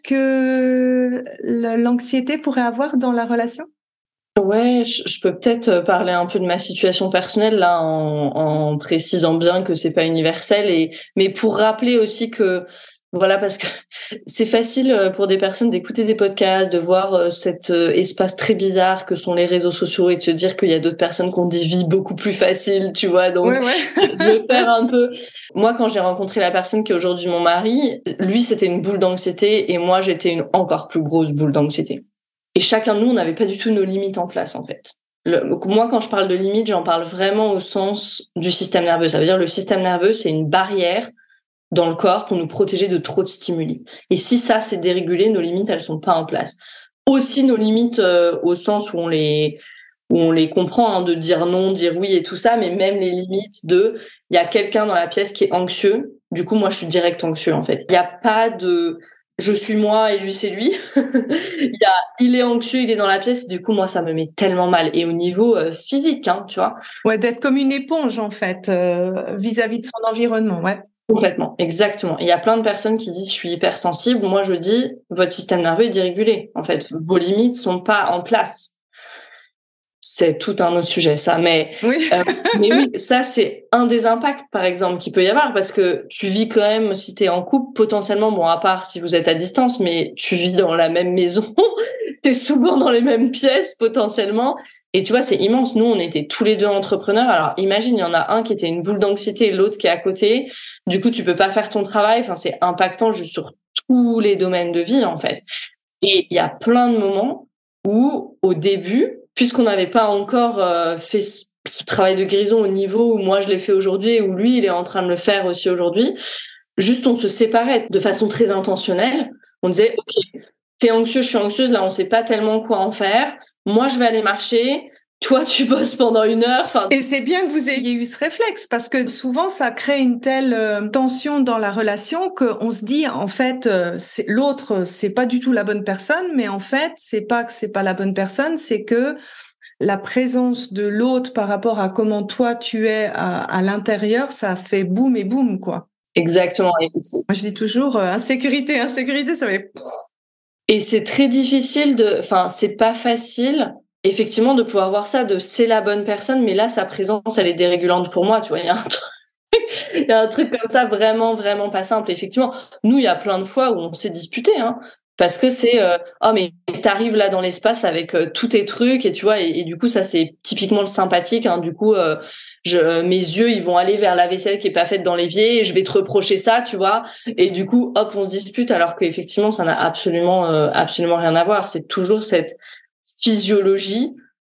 Speaker 1: que l'anxiété pourrait avoir dans la relation?
Speaker 2: Ouais, je, je peux peut-être parler un peu de ma situation personnelle là en, en précisant bien que c'est pas universel et mais pour rappeler aussi que voilà parce que c'est facile pour des personnes d'écouter des podcasts, de voir cet espace très bizarre que sont les réseaux sociaux et de se dire qu'il y a d'autres personnes qui ont des vies beaucoup plus faciles, tu vois. Donc
Speaker 1: Ouais, ouais.
Speaker 2: je vais faire un peu. Moi, quand j'ai rencontré la personne qui est aujourd'hui mon mari, lui c'était une boule d'anxiété et moi j'étais une encore plus grosse boule d'anxiété. Et chacun de nous, on n'avait pas du tout nos limites en place, en fait. Le, moi, quand je parle de limites, j'en parle vraiment au sens du système nerveux. Ça veut dire le système nerveux, c'est une barrière dans le corps pour nous protéger de trop de stimuli. Et si ça, c'est dérégulé, nos limites, elles sont pas en place. Aussi nos limites euh, au sens où on les où on les comprend, hein, de dire non, dire oui et tout ça, mais même les limites de, il y a quelqu'un dans la pièce qui est anxieux. Du coup, moi, je suis direct anxieux, en fait. Il n'y a pas de je suis moi et lui c'est lui. il, y a, il est anxieux, il est dans la pièce, du coup moi ça me met tellement mal. Et au niveau euh, physique, hein, tu vois.
Speaker 1: Ouais, d'être comme une éponge en fait euh, vis-à-vis de son environnement, ouais.
Speaker 2: Complètement, exactement. Il y a plein de personnes qui disent je suis hypersensible. Moi je dis votre système nerveux est dérégulé. En fait, vos limites sont pas en place. C'est tout un autre sujet, ça. Mais,
Speaker 1: oui.
Speaker 2: euh, mais oui, ça, c'est un des impacts, par exemple, qu'il peut y avoir, parce que tu vis quand même, si t'es en couple, potentiellement, bon, à part si vous êtes à distance, mais tu vis dans la même maison, t'es souvent dans les mêmes pièces, potentiellement. Et tu vois, c'est immense. Nous, on était tous les deux entrepreneurs. Alors, imagine, il y en a un qui était une boule d'anxiété et l'autre qui est à côté. Du coup, tu peux pas faire ton travail. Enfin, c'est impactant juste sur tous les domaines de vie, en fait. Et il y a plein de moments où, au début, puisqu'on n'avait pas encore euh, fait ce, ce travail de guérison au niveau où moi je l'ai fait aujourd'hui et où lui il est en train de le faire aussi aujourd'hui, juste on se séparait de façon très intentionnelle. On disait, ok, t'es anxieux, je suis anxieuse, là on sait pas tellement quoi en faire. Moi je vais aller marcher. Toi, tu bosses pendant une heure. Enfin,
Speaker 1: et c'est bien que vous ayez eu ce réflexe parce que souvent ça crée une telle euh, tension dans la relation qu'on se dit en fait euh, c'est, l'autre c'est pas du tout la bonne personne, mais en fait c'est pas que c'est pas la bonne personne, c'est que la présence de l'autre par rapport à comment toi tu es à, à l'intérieur, ça fait boum et boum quoi.
Speaker 2: Exactement.
Speaker 1: Moi je dis toujours euh, insécurité, insécurité, ça fait.
Speaker 2: Et c'est très difficile de, enfin c'est pas facile. Effectivement, de pouvoir voir ça, de c'est la bonne personne, mais là, sa présence, elle est dérégulante pour moi, tu vois. Il y a un truc, il y a un truc comme ça vraiment, vraiment pas simple. Effectivement, nous, il y a plein de fois où on s'est disputé, hein, parce que c'est, euh, oh, mais t'arrives là dans l'espace avec euh, tous tes trucs, et tu vois, et, et du coup, ça, c'est typiquement le sympathique, hein, du coup, euh, je, mes yeux, ils vont aller vers la vaisselle qui est pas faite dans l'évier, et je vais te reprocher ça, tu vois, et du coup, hop, on se dispute, alors qu'effectivement, ça n'a absolument, euh, absolument rien à voir. C'est toujours cette physiologie,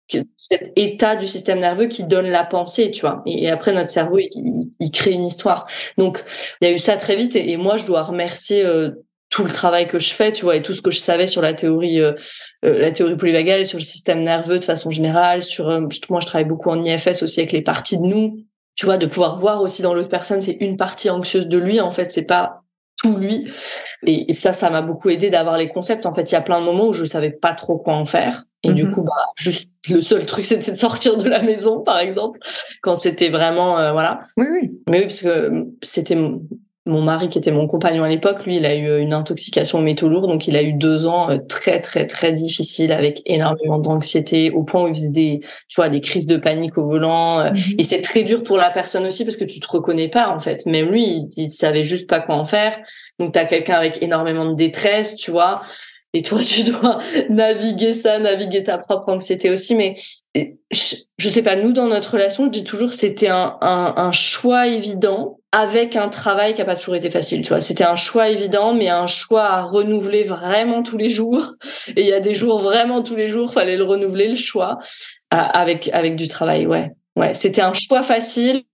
Speaker 2: cet état du système nerveux qui donne la pensée, tu vois. Et, et après, notre cerveau, il, il crée une histoire. Donc, il y a eu ça très vite. Et, et moi, je dois remercier euh, tout le travail que je fais, tu vois, et tout ce que je savais sur la théorie, euh, euh, la théorie polyvagale, sur le système nerveux de façon générale. Sur, euh, moi, je travaille beaucoup en I F S aussi avec les parties de nous. Tu vois, de pouvoir voir aussi dans l'autre personne, c'est une partie anxieuse de lui. En fait, c'est pas tout lui. Et, et ça, ça m'a beaucoup aidé d'avoir les concepts. En fait, il y a plein de moments où je savais pas trop quoi en faire. Et mm-hmm. du coup, bah, juste le seul truc, c'était de sortir de la maison, par exemple, quand c'était vraiment, euh, voilà.
Speaker 1: Oui, oui.
Speaker 2: Mais oui, parce que c'était mon, mon mari qui était mon compagnon à l'époque. Lui, il a eu une intoxication aux métaux lourds, donc il a eu deux ans très, très, très difficiles avec énormément d'anxiété, au point où il faisait des, tu vois, des crises de panique au volant. Mm-hmm. Et c'est très dur pour la personne aussi parce que tu te reconnais pas, en fait. Même lui, il, il savait juste pas quoi en faire. Donc, t'as quelqu'un avec énormément de détresse, tu vois. Et toi, tu dois naviguer ça, naviguer ta propre anxiété aussi. Mais je, je sais pas, nous, dans notre relation, je dis toujours, c'était un, un, un choix évident avec un travail qui a pas toujours été facile, tu vois. C'était un choix évident, mais un choix à renouveler vraiment tous les jours. Et il y a des jours, vraiment tous les jours, fallait le renouveler, le choix, avec, avec du travail, ouais. Ouais, c'était un choix facile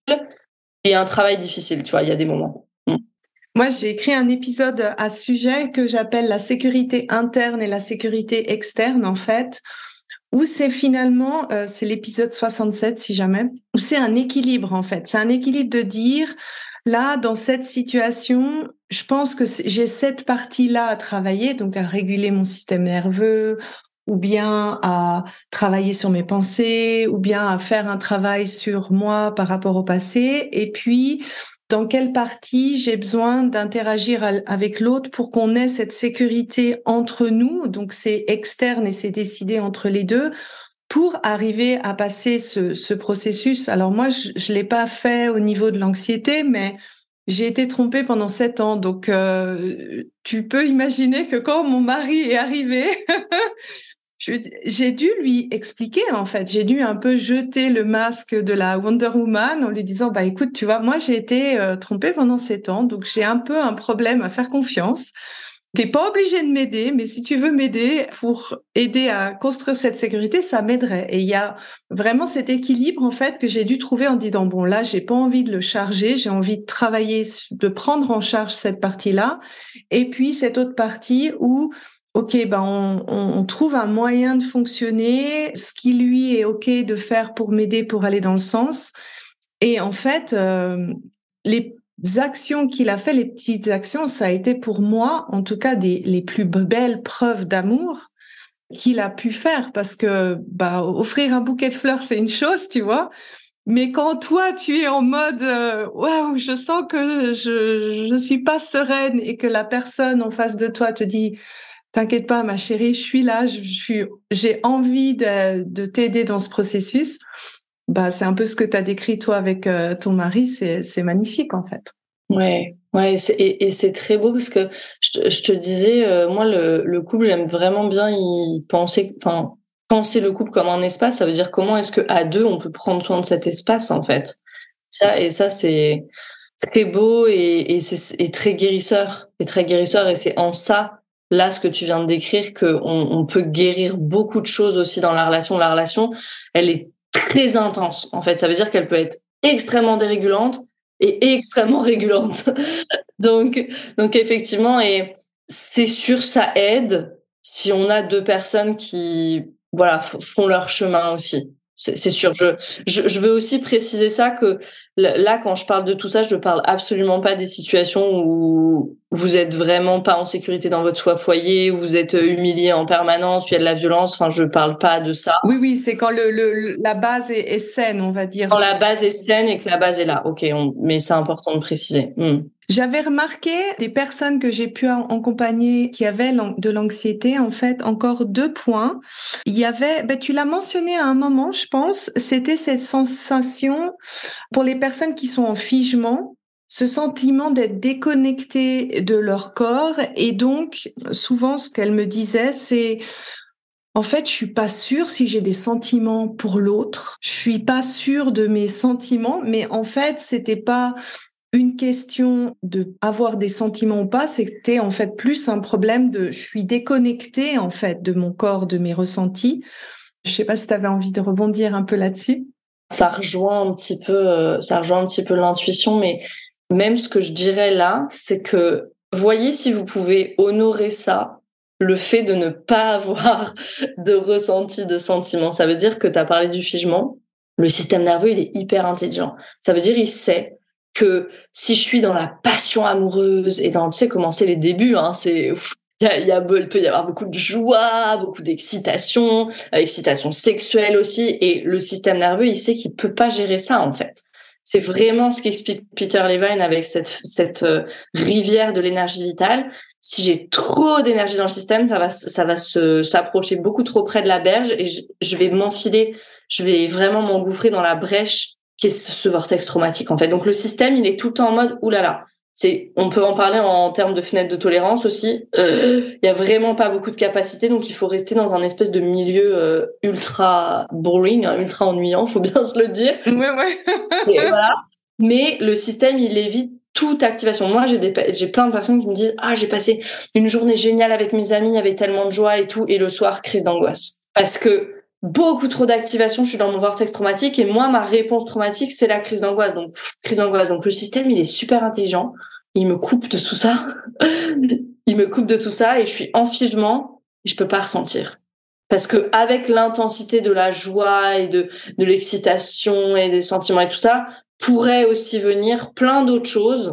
Speaker 2: et un travail difficile, tu vois, il y a des moments.
Speaker 1: Moi, j'ai écrit un épisode à ce sujet que j'appelle la sécurité interne et la sécurité externe, en fait, où c'est finalement, euh, c'est l'épisode soixante-sept, si jamais, où c'est un équilibre, en fait. C'est un équilibre de dire, là, dans cette situation, je pense que j'ai cette partie-là à travailler, donc à réguler mon système nerveux, ou bien à travailler sur mes pensées, ou bien à faire un travail sur moi par rapport au passé, et puis dans quelle partie j'ai besoin d'interagir avec l'autre pour qu'on ait cette sécurité entre nous, donc c'est externe et c'est décidé entre les deux, pour arriver à passer ce, ce processus. Alors moi, je ne l'ai pas fait au niveau de l'anxiété, mais j'ai été trompée pendant sept ans, donc euh, tu peux imaginer que quand mon mari est arrivé... J'ai dû lui expliquer, en fait. J'ai dû un peu jeter le masque de la Wonder Woman en lui disant, bah, écoute, tu vois, moi, j'ai été euh, trompée pendant sept ans, donc j'ai un peu un problème à faire confiance. T'es pas obligé de m'aider, mais si tu veux m'aider pour aider à construire cette sécurité, ça m'aiderait. Et il y a vraiment cet équilibre, en fait, que j'ai dû trouver en disant, bon, là, j'ai pas envie de le charger, j'ai envie de travailler, de prendre en charge cette partie-là. Et puis, cette autre partie où OK, ben on, on, on trouve un moyen de fonctionner, ce qui lui est OK de faire pour m'aider pour aller dans le sens. Et en fait, euh, les actions qu'il a fait, les petites actions, ça a été pour moi, en tout cas, des, les plus belles preuves d'amour qu'il a pu faire, parce que bah, offrir un bouquet de fleurs, c'est une chose, tu vois. Mais quand toi, tu es en mode euh, « Waouh, je sens que je ne suis pas sereine » et que la personne en face de toi te dit « T'inquiète pas, ma chérie, je suis là, je suis, j'ai envie de, de t'aider dans ce processus. » Bah, c'est un peu ce que tu as décrit, toi, avec euh, ton mari. C'est, c'est magnifique, en fait.
Speaker 2: Ouais, ouais, c'est, et, et c'est très beau parce que je te, je te disais, euh, moi, le, le couple, j'aime vraiment bien y penser. Enfin, penser le couple comme un espace, ça veut dire comment est-ce qu'à deux, on peut prendre soin de cet espace, en fait. Ça, et ça, c'est très beau et, et, c'est, et très guérisseur. Et très guérisseur, et c'est en ça, là, ce que tu viens de décrire, qu'on on peut guérir beaucoup de choses aussi dans la relation. La relation, elle est très intense, en fait. Ça veut dire qu'elle peut être extrêmement dérégulante et extrêmement régulante. donc, donc, effectivement, et c'est sûr, ça aide si on a deux personnes qui, voilà, f- font leur chemin aussi. C'est, c'est sûr. Je, je, je veux aussi préciser ça que là, quand je parle de tout ça, je parle absolument pas des situations où vous êtes vraiment pas en sécurité dans votre foyer, où vous êtes humilié en permanence, où il y a de la violence. Enfin, je parle pas de ça.
Speaker 1: Oui, oui, c'est quand le, le, la base est, est saine, on va dire.
Speaker 2: Quand la base est saine et que la base est là. Ok, on, mais c'est important de préciser. Hmm.
Speaker 1: J'avais remarqué des personnes que j'ai pu accompagner qui avaient de l'anxiété, en fait, encore deux points. Il y avait, ben, tu l'as mentionné à un moment, je pense, c'était cette sensation pour les personnes qui sont en figement, ce sentiment d'être déconnecté de leur corps. Et donc, souvent, ce qu'elle me disait, c'est en fait, je suis pas sûre si j'ai des sentiments pour l'autre. Je suis pas sûre de mes sentiments, mais en fait, c'était pas une question de avoir des sentiments ou pas, c'était en fait plus un problème de je suis déconnectée en fait de mon corps, de mes ressentis. Je sais pas si tu avais envie de rebondir un peu là-dessus.
Speaker 2: Ça rejoint un petit peu, euh, ça rejoint un petit peu l'intuition, mais même ce que je dirais là, c'est que voyez si vous pouvez honorer ça, le fait de ne pas avoir de ressenti, de sentiment. Ça veut dire que tu as parlé du figement. Le système nerveux, il est hyper intelligent. Ça veut dire il sait que si je suis dans la passion amoureuse et dans, tu sais comment c'est les débuts, hein, c'est il y a, il y a, il peut y avoir beaucoup de joie, beaucoup d'excitation, excitation sexuelle aussi, et le système nerveux, il sait qu'il peut pas gérer ça en fait. C'est vraiment ce qu'explique Peter Levine avec cette cette euh, rivière de l'énergie vitale. Si j'ai trop d'énergie dans le système, ça va ça va se s'approcher beaucoup trop près de la berge et je, je vais m'enfiler, je vais vraiment m'engouffrer dans la brèche qui est ce, ce vortex traumatique en fait. Donc le système, il est tout le temps en mode oulala. C'est, on peut en parler en termes de fenêtre de tolérance aussi. Il euh, y a vraiment pas beaucoup de capacité, donc il faut rester dans un espèce de milieu euh, ultra boring, hein, ultra ennuyant, faut bien se le dire.
Speaker 1: Ouais, ouais.
Speaker 2: Et voilà. Mais le système, il évite toute activation. Moi, j'ai des, j'ai plein de personnes qui me disent ah j'ai passé une journée géniale avec mes amis, il y avait tellement de joie et tout, et le soir crise d'angoisse parce que beaucoup trop d'activation, je suis dans mon vortex traumatique et moi, ma réponse traumatique, c'est la crise d'angoisse. Donc, pff, crise d'angoisse. Donc, le système, il est super intelligent. Il me coupe de tout ça. il me coupe de tout ça et je suis en figement et je peux pas ressentir. Parce que avec l'intensité de la joie et de, de l'excitation et des sentiments et tout ça, pourrait aussi venir plein d'autres choses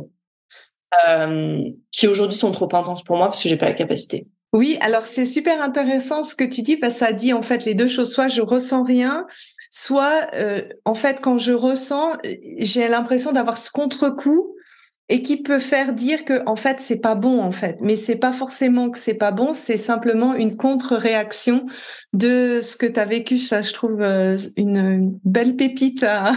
Speaker 2: euh, qui aujourd'hui sont trop intenses pour moi parce que j'ai pas la capacité.
Speaker 1: Oui, alors c'est super intéressant ce que tu dis parce que ça dit en fait les deux choses. Soit je ressens rien, soit euh, en fait quand je ressens, j'ai l'impression d'avoir ce contre-coup et qui peut faire dire que en fait c'est pas bon en fait. Mais c'est pas forcément que c'est pas bon, c'est simplement une contre-réaction de ce que tu as vécu. Ça, je trouve euh, une, une belle pépite à,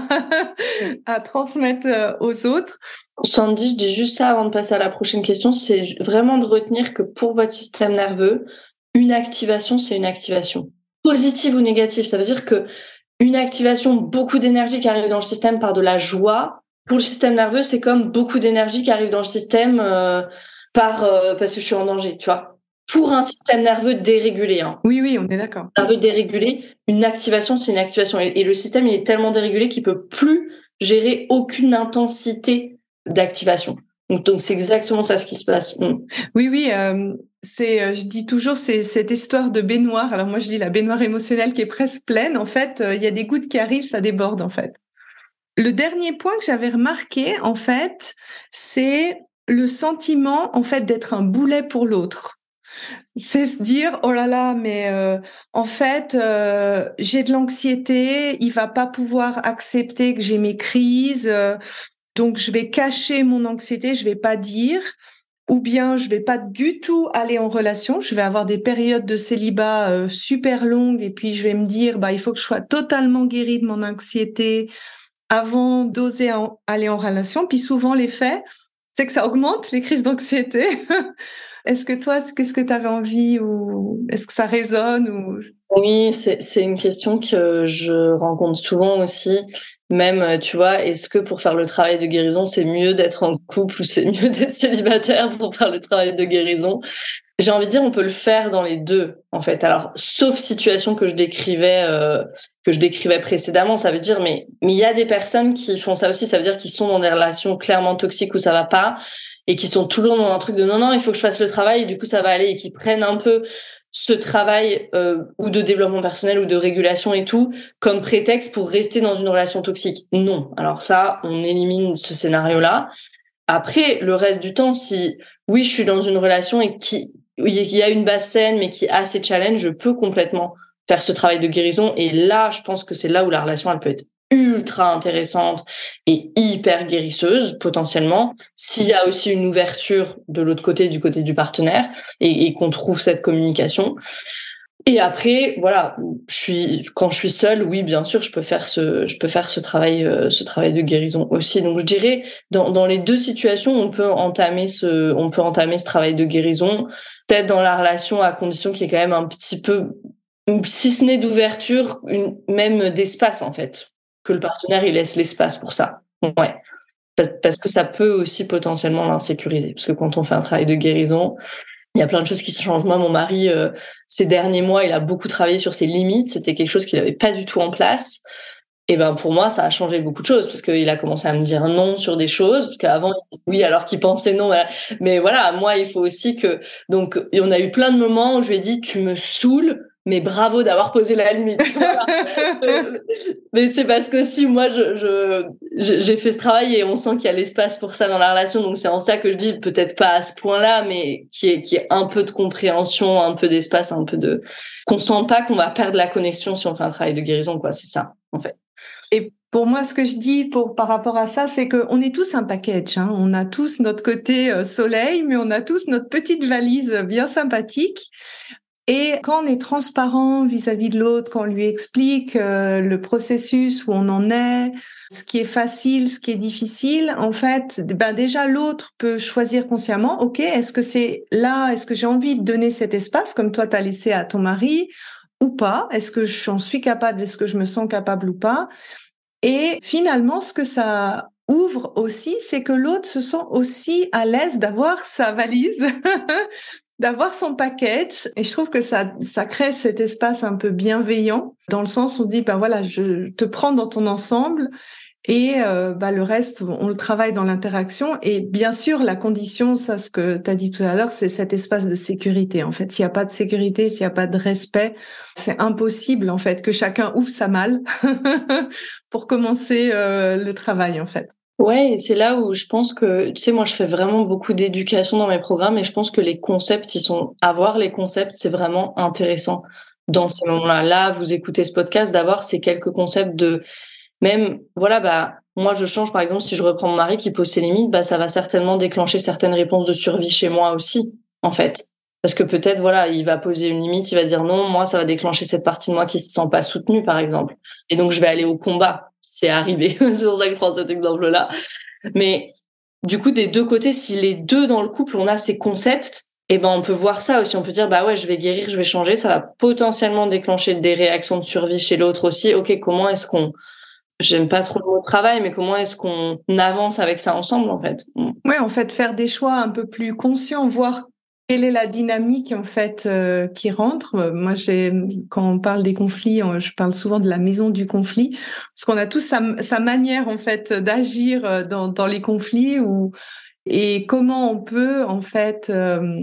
Speaker 1: à transmettre aux autres.
Speaker 2: Sandy, je dis juste ça avant de passer à la prochaine question, c'est vraiment de retenir que pour votre système nerveux, une activation, c'est une activation. Positive ou négative, ça veut dire que une activation, beaucoup d'énergie qui arrive dans le système par de la joie, pour le système nerveux, c'est comme beaucoup d'énergie qui arrive dans le système euh, par euh, parce que je suis en danger, tu vois. Pour un système nerveux dérégulé, hein.
Speaker 1: Oui, oui, on est d'accord.
Speaker 2: Nerveux dérégulé, une activation, c'est une activation. Et, et le système, il est tellement dérégulé qu'il peut plus gérer aucune intensité d'activation. Donc, donc c'est exactement ça ce qui se passe. Mm.
Speaker 1: Oui, oui, euh, c'est, euh, je dis toujours, c'est cette histoire de baignoire. Alors moi, je dis la baignoire émotionnelle qui est presque pleine. En fait, euh, il y a des gouttes qui arrivent, ça déborde en fait. Le dernier point que j'avais remarqué, en fait, c'est le sentiment, en fait, d'être un boulet pour l'autre. C'est se dire, oh là là, mais euh, en fait, euh, j'ai de l'anxiété, il va pas pouvoir accepter que j'ai mes crises. Euh, Donc, je vais cacher mon anxiété, je vais pas dire, ou bien je vais pas du tout aller en relation. Je vais avoir des périodes de célibat euh, super longues et puis je vais me dire, bah, il faut que je sois totalement guérie de mon anxiété avant d'oser en, aller en relation. Puis souvent, l'effet, c'est que ça augmente les crises d'anxiété. Est-ce que toi, qu'est-ce que tu avais envie ou est-ce que ça résonne ou...
Speaker 2: Oui, c'est, c'est une question que je rencontre souvent aussi. Même, tu vois, est-ce que pour faire le travail de guérison, c'est mieux d'être en couple ou c'est mieux d'être célibataire pour faire le travail de guérison? J'ai envie de dire, on peut le faire dans les deux, en fait. Alors, sauf situation que je décrivais, euh, que je décrivais précédemment, ça veut dire, mais, mais il y a des personnes qui font ça aussi, ça veut dire qu'ils sont dans des relations clairement toxiques où ça va pas et qui sont toujours dans un truc de non, non, il faut que je fasse le travail et du coup, ça va aller et qui prennent un peu ce travail, euh, ou de développement personnel ou de régulation et tout, comme prétexte pour rester dans une relation toxique. Non. Alors ça, on élimine ce scénario-là. Après, le reste du temps, si, oui, je suis dans une relation et qui, il y a une base saine, mais qui a ses challenges, je peux complètement faire ce travail de guérison. Et là, je pense que c'est là où la relation, elle peut être ultra intéressante et hyper guérisseuse, potentiellement, s'il y a aussi une ouverture de l'autre côté, du côté du partenaire, et, et qu'on trouve cette communication. Et après, voilà, je suis, quand je suis seule, oui, bien sûr, je peux faire ce, je peux faire ce travail, euh, ce travail de guérison aussi. Donc, je dirais, dans, dans les deux situations, on peut entamer ce, on peut entamer ce travail de guérison. Peut-être dans la relation, à condition qu'il y ait quand même un petit peu, si ce n'est d'ouverture, une, même d'espace, en fait. Que le partenaire, il laisse l'espace pour ça. Ouais. Parce que ça peut aussi potentiellement l'insécuriser. Parce que quand on fait un travail de guérison, il y a plein de choses qui se changent. Moi, mon mari, euh, ces derniers mois, il a beaucoup travaillé sur ses limites. C'était quelque chose qu'il n'avait pas du tout en place. Et ben pour moi, ça a changé beaucoup de choses parce qu'il a commencé à me dire non sur des choses. Parce qu'avant, il disait oui alors qu'il pensait non. Mais voilà, moi, il faut aussi que... Donc, on a eu plein de moments où je lui ai dit, tu me saoules, mais bravo d'avoir posé la limite. Mais c'est parce que si moi, je, je, j'ai fait ce travail et on sent qu'il y a l'espace pour ça dans la relation. Donc, c'est en ça que je dis, peut-être pas à ce point-là, mais qui est, qui est un peu de compréhension, un peu d'espace, un peu de... Qu'on sent pas qu'on va perdre la connexion si on fait un travail de guérison, quoi. C'est ça, en fait.
Speaker 1: Et pour moi, ce que je dis pour, par rapport à ça, c'est qu'on est tous un package. Hein. On a tous notre côté euh, soleil, mais on a tous notre petite valise bien sympathique. Et quand on est transparent vis-à-vis de l'autre, quand on lui explique euh, le processus où on en est, ce qui est facile, ce qui est difficile, en fait, ben déjà l'autre peut choisir consciemment, ok, est-ce que c'est là, est-ce que j'ai envie de donner cet espace comme toi t'as laissé à ton mari ou pas? Est-ce que j'en suis capable? Est-ce que je me sens capable ou pas? Et finalement, ce que ça ouvre aussi, c'est que l'autre se sent aussi à l'aise d'avoir sa valise, d'avoir son package. Et je trouve que ça, ça crée cet espace un peu bienveillant, dans le sens où on dit, ben voilà, je te prends dans ton ensemble. Et euh, bah, le reste, on le travaille dans l'interaction. Et bien sûr, la condition, ça, ce que tu as dit tout à l'heure, c'est cet espace de sécurité. En fait, s'il n'y a pas de sécurité, s'il n'y a pas de respect, c'est impossible, en fait, que chacun ouvre sa malle pour commencer euh, le travail, en fait.
Speaker 2: Ouais, et c'est là où je pense que, tu sais, moi, je fais vraiment beaucoup d'éducation dans mes programmes et je pense que les concepts, ils sont, avoir les concepts, c'est vraiment intéressant dans ces moments-là. Là, vous écoutez ce podcast, d'avoir ces quelques concepts de, même, voilà, bah, moi, je change, par exemple, si je reprends mon mari qui pose ses limites, bah, ça va certainement déclencher certaines réponses de survie chez moi aussi, en fait. Parce que peut-être, voilà, il va poser une limite, il va dire non, moi, ça va déclencher cette partie de moi qui se sent pas soutenue, par exemple. Et donc, je vais aller au combat. C'est arrivé. C'est pour ça que je prends cet exemple-là. Mais, du coup, des deux côtés, si les deux dans le couple, on a ces concepts, eh ben, on peut voir ça aussi. On peut dire, bah ouais, je vais guérir, je vais changer. Ça va potentiellement déclencher des réactions de survie chez l'autre aussi. Ok, comment est-ce qu'on, j'aime pas trop le mot travail, mais comment est-ce qu'on avance avec ça ensemble, en fait?
Speaker 1: Oui, en fait, faire des choix un peu plus conscients, voir quelle est la dynamique, en fait, euh, qui rentre. Moi, j'ai, quand on parle des conflits, je parle souvent de la maison du conflit, parce qu'on a tous sa, sa manière, en fait, d'agir dans, dans les conflits ou, et comment on peut, en fait, euh,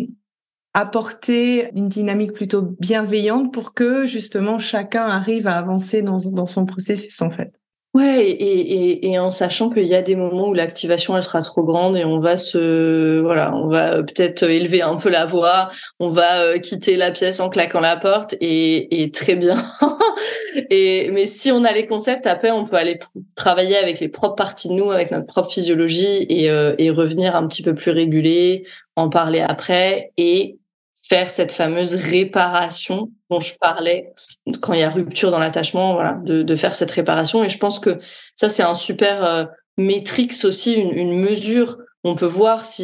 Speaker 1: apporter une dynamique plutôt bienveillante pour que, justement, chacun arrive à avancer dans, dans son processus, en fait.
Speaker 2: Ouais, et, et, et en sachant qu'il y a des moments où l'activation elle sera trop grande et on va se, voilà, on va peut-être élever un peu la voix, on va quitter la pièce en claquant la porte et, et très bien. Et mais si on a les concepts, après on peut aller pr- travailler avec les propres parties de nous, avec notre propre physiologie et, euh, et revenir un petit peu plus régulé, en parler après et faire cette fameuse réparation dont je parlais quand il y a rupture dans l'attachement, voilà, de, de faire cette réparation. Et je pense que ça, c'est un super euh, métrix aussi, une, une mesure. On peut voir si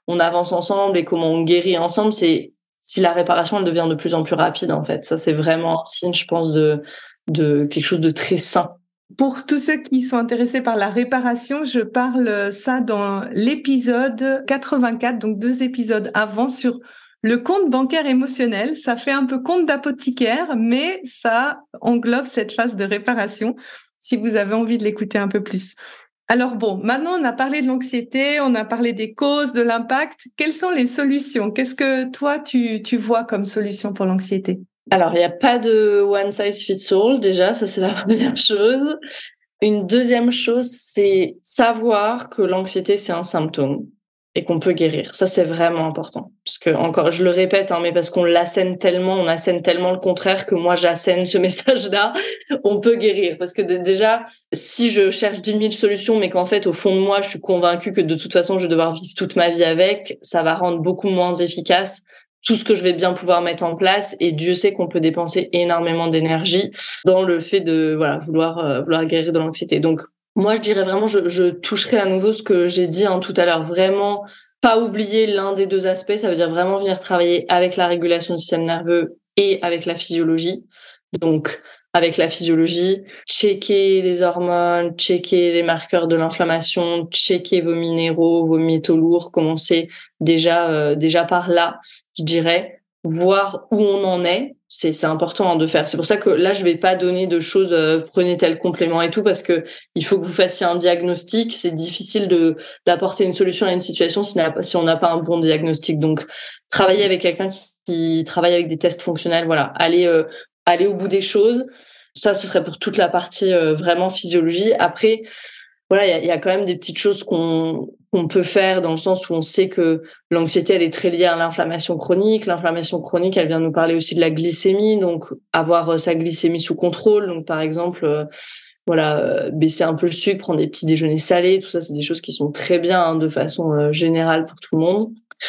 Speaker 2: on avance ensemble et comment on guérit ensemble, c'est si la réparation elle devient de plus en plus rapide en fait. Ça c'est vraiment un signe, je pense, de de quelque chose de très sain.
Speaker 1: Pour tous ceux qui sont intéressés par la réparation, je parle ça dans l'épisode quatre-vingt-quatre, donc deux épisodes avant, sur le compte bancaire émotionnel. Ça fait un peu compte d'apothicaire, mais ça englobe cette phase de réparation, si vous avez envie de l'écouter un peu plus. Alors bon, maintenant on a parlé de l'anxiété, on a parlé des causes, de l'impact. Quelles sont les solutions? Qu'est-ce que toi, tu, tu vois comme solution pour l'anxiété?
Speaker 2: Alors, il n'y a pas de one size fits all, déjà, ça c'est la première chose. Une deuxième chose, c'est savoir que l'anxiété, c'est un symptôme et qu'on peut guérir. Ça, c'est vraiment important. Parce que, encore, je le répète, hein, mais parce qu'on l'assène tellement, on assène tellement le contraire que moi, j'assène ce message-là, on peut guérir. Parce que de, déjà, si je cherche dix mille solutions, mais qu'en fait, au fond de moi, je suis convaincue que de toute façon, je vais devoir vivre toute ma vie avec, ça va rendre beaucoup moins efficace tout ce que je vais bien pouvoir mettre en place. Et Dieu sait qu'on peut dépenser énormément d'énergie dans le fait de voilà vouloir euh, vouloir guérir de l'anxiété. Donc moi je dirais vraiment, je, je toucherai à nouveau ce que j'ai dit hein, tout à l'heure, vraiment pas oublier l'un des deux aspects. Ça veut dire vraiment venir travailler avec la régulation du système nerveux et avec la physiologie. Donc avec la physiologie, checker les hormones, checker les marqueurs de l'inflammation, checker vos minéraux, vos métaux lourds, commencer déjà euh, déjà par là, je dirais, voir où on en est. C'est c'est important hein, de faire. C'est pour ça que là je vais pas donner de choses euh, prenez tel complément et tout parce que il faut que vous fassiez un diagnostic. C'est difficile de d'apporter une solution à une situation si, si on n'a pas un bon diagnostic. Donc travailler avec quelqu'un qui, qui travaille avec des tests fonctionnels, voilà, aller euh, aller au bout des choses. Ça, ce serait pour toute la partie euh, vraiment physiologie. Après, voilà, il y a, y a quand même des petites choses qu'on qu'on peut faire dans le sens où on sait que l'anxiété, elle est très liée à l'inflammation chronique. L'inflammation chronique, elle vient nous parler aussi de la glycémie, donc avoir euh, sa glycémie sous contrôle. Donc, par exemple, euh, voilà, euh, baisser un peu le sucre, prendre des petits déjeuners salés, tout ça, c'est des choses qui sont très bien hein, de façon euh, générale pour tout le monde.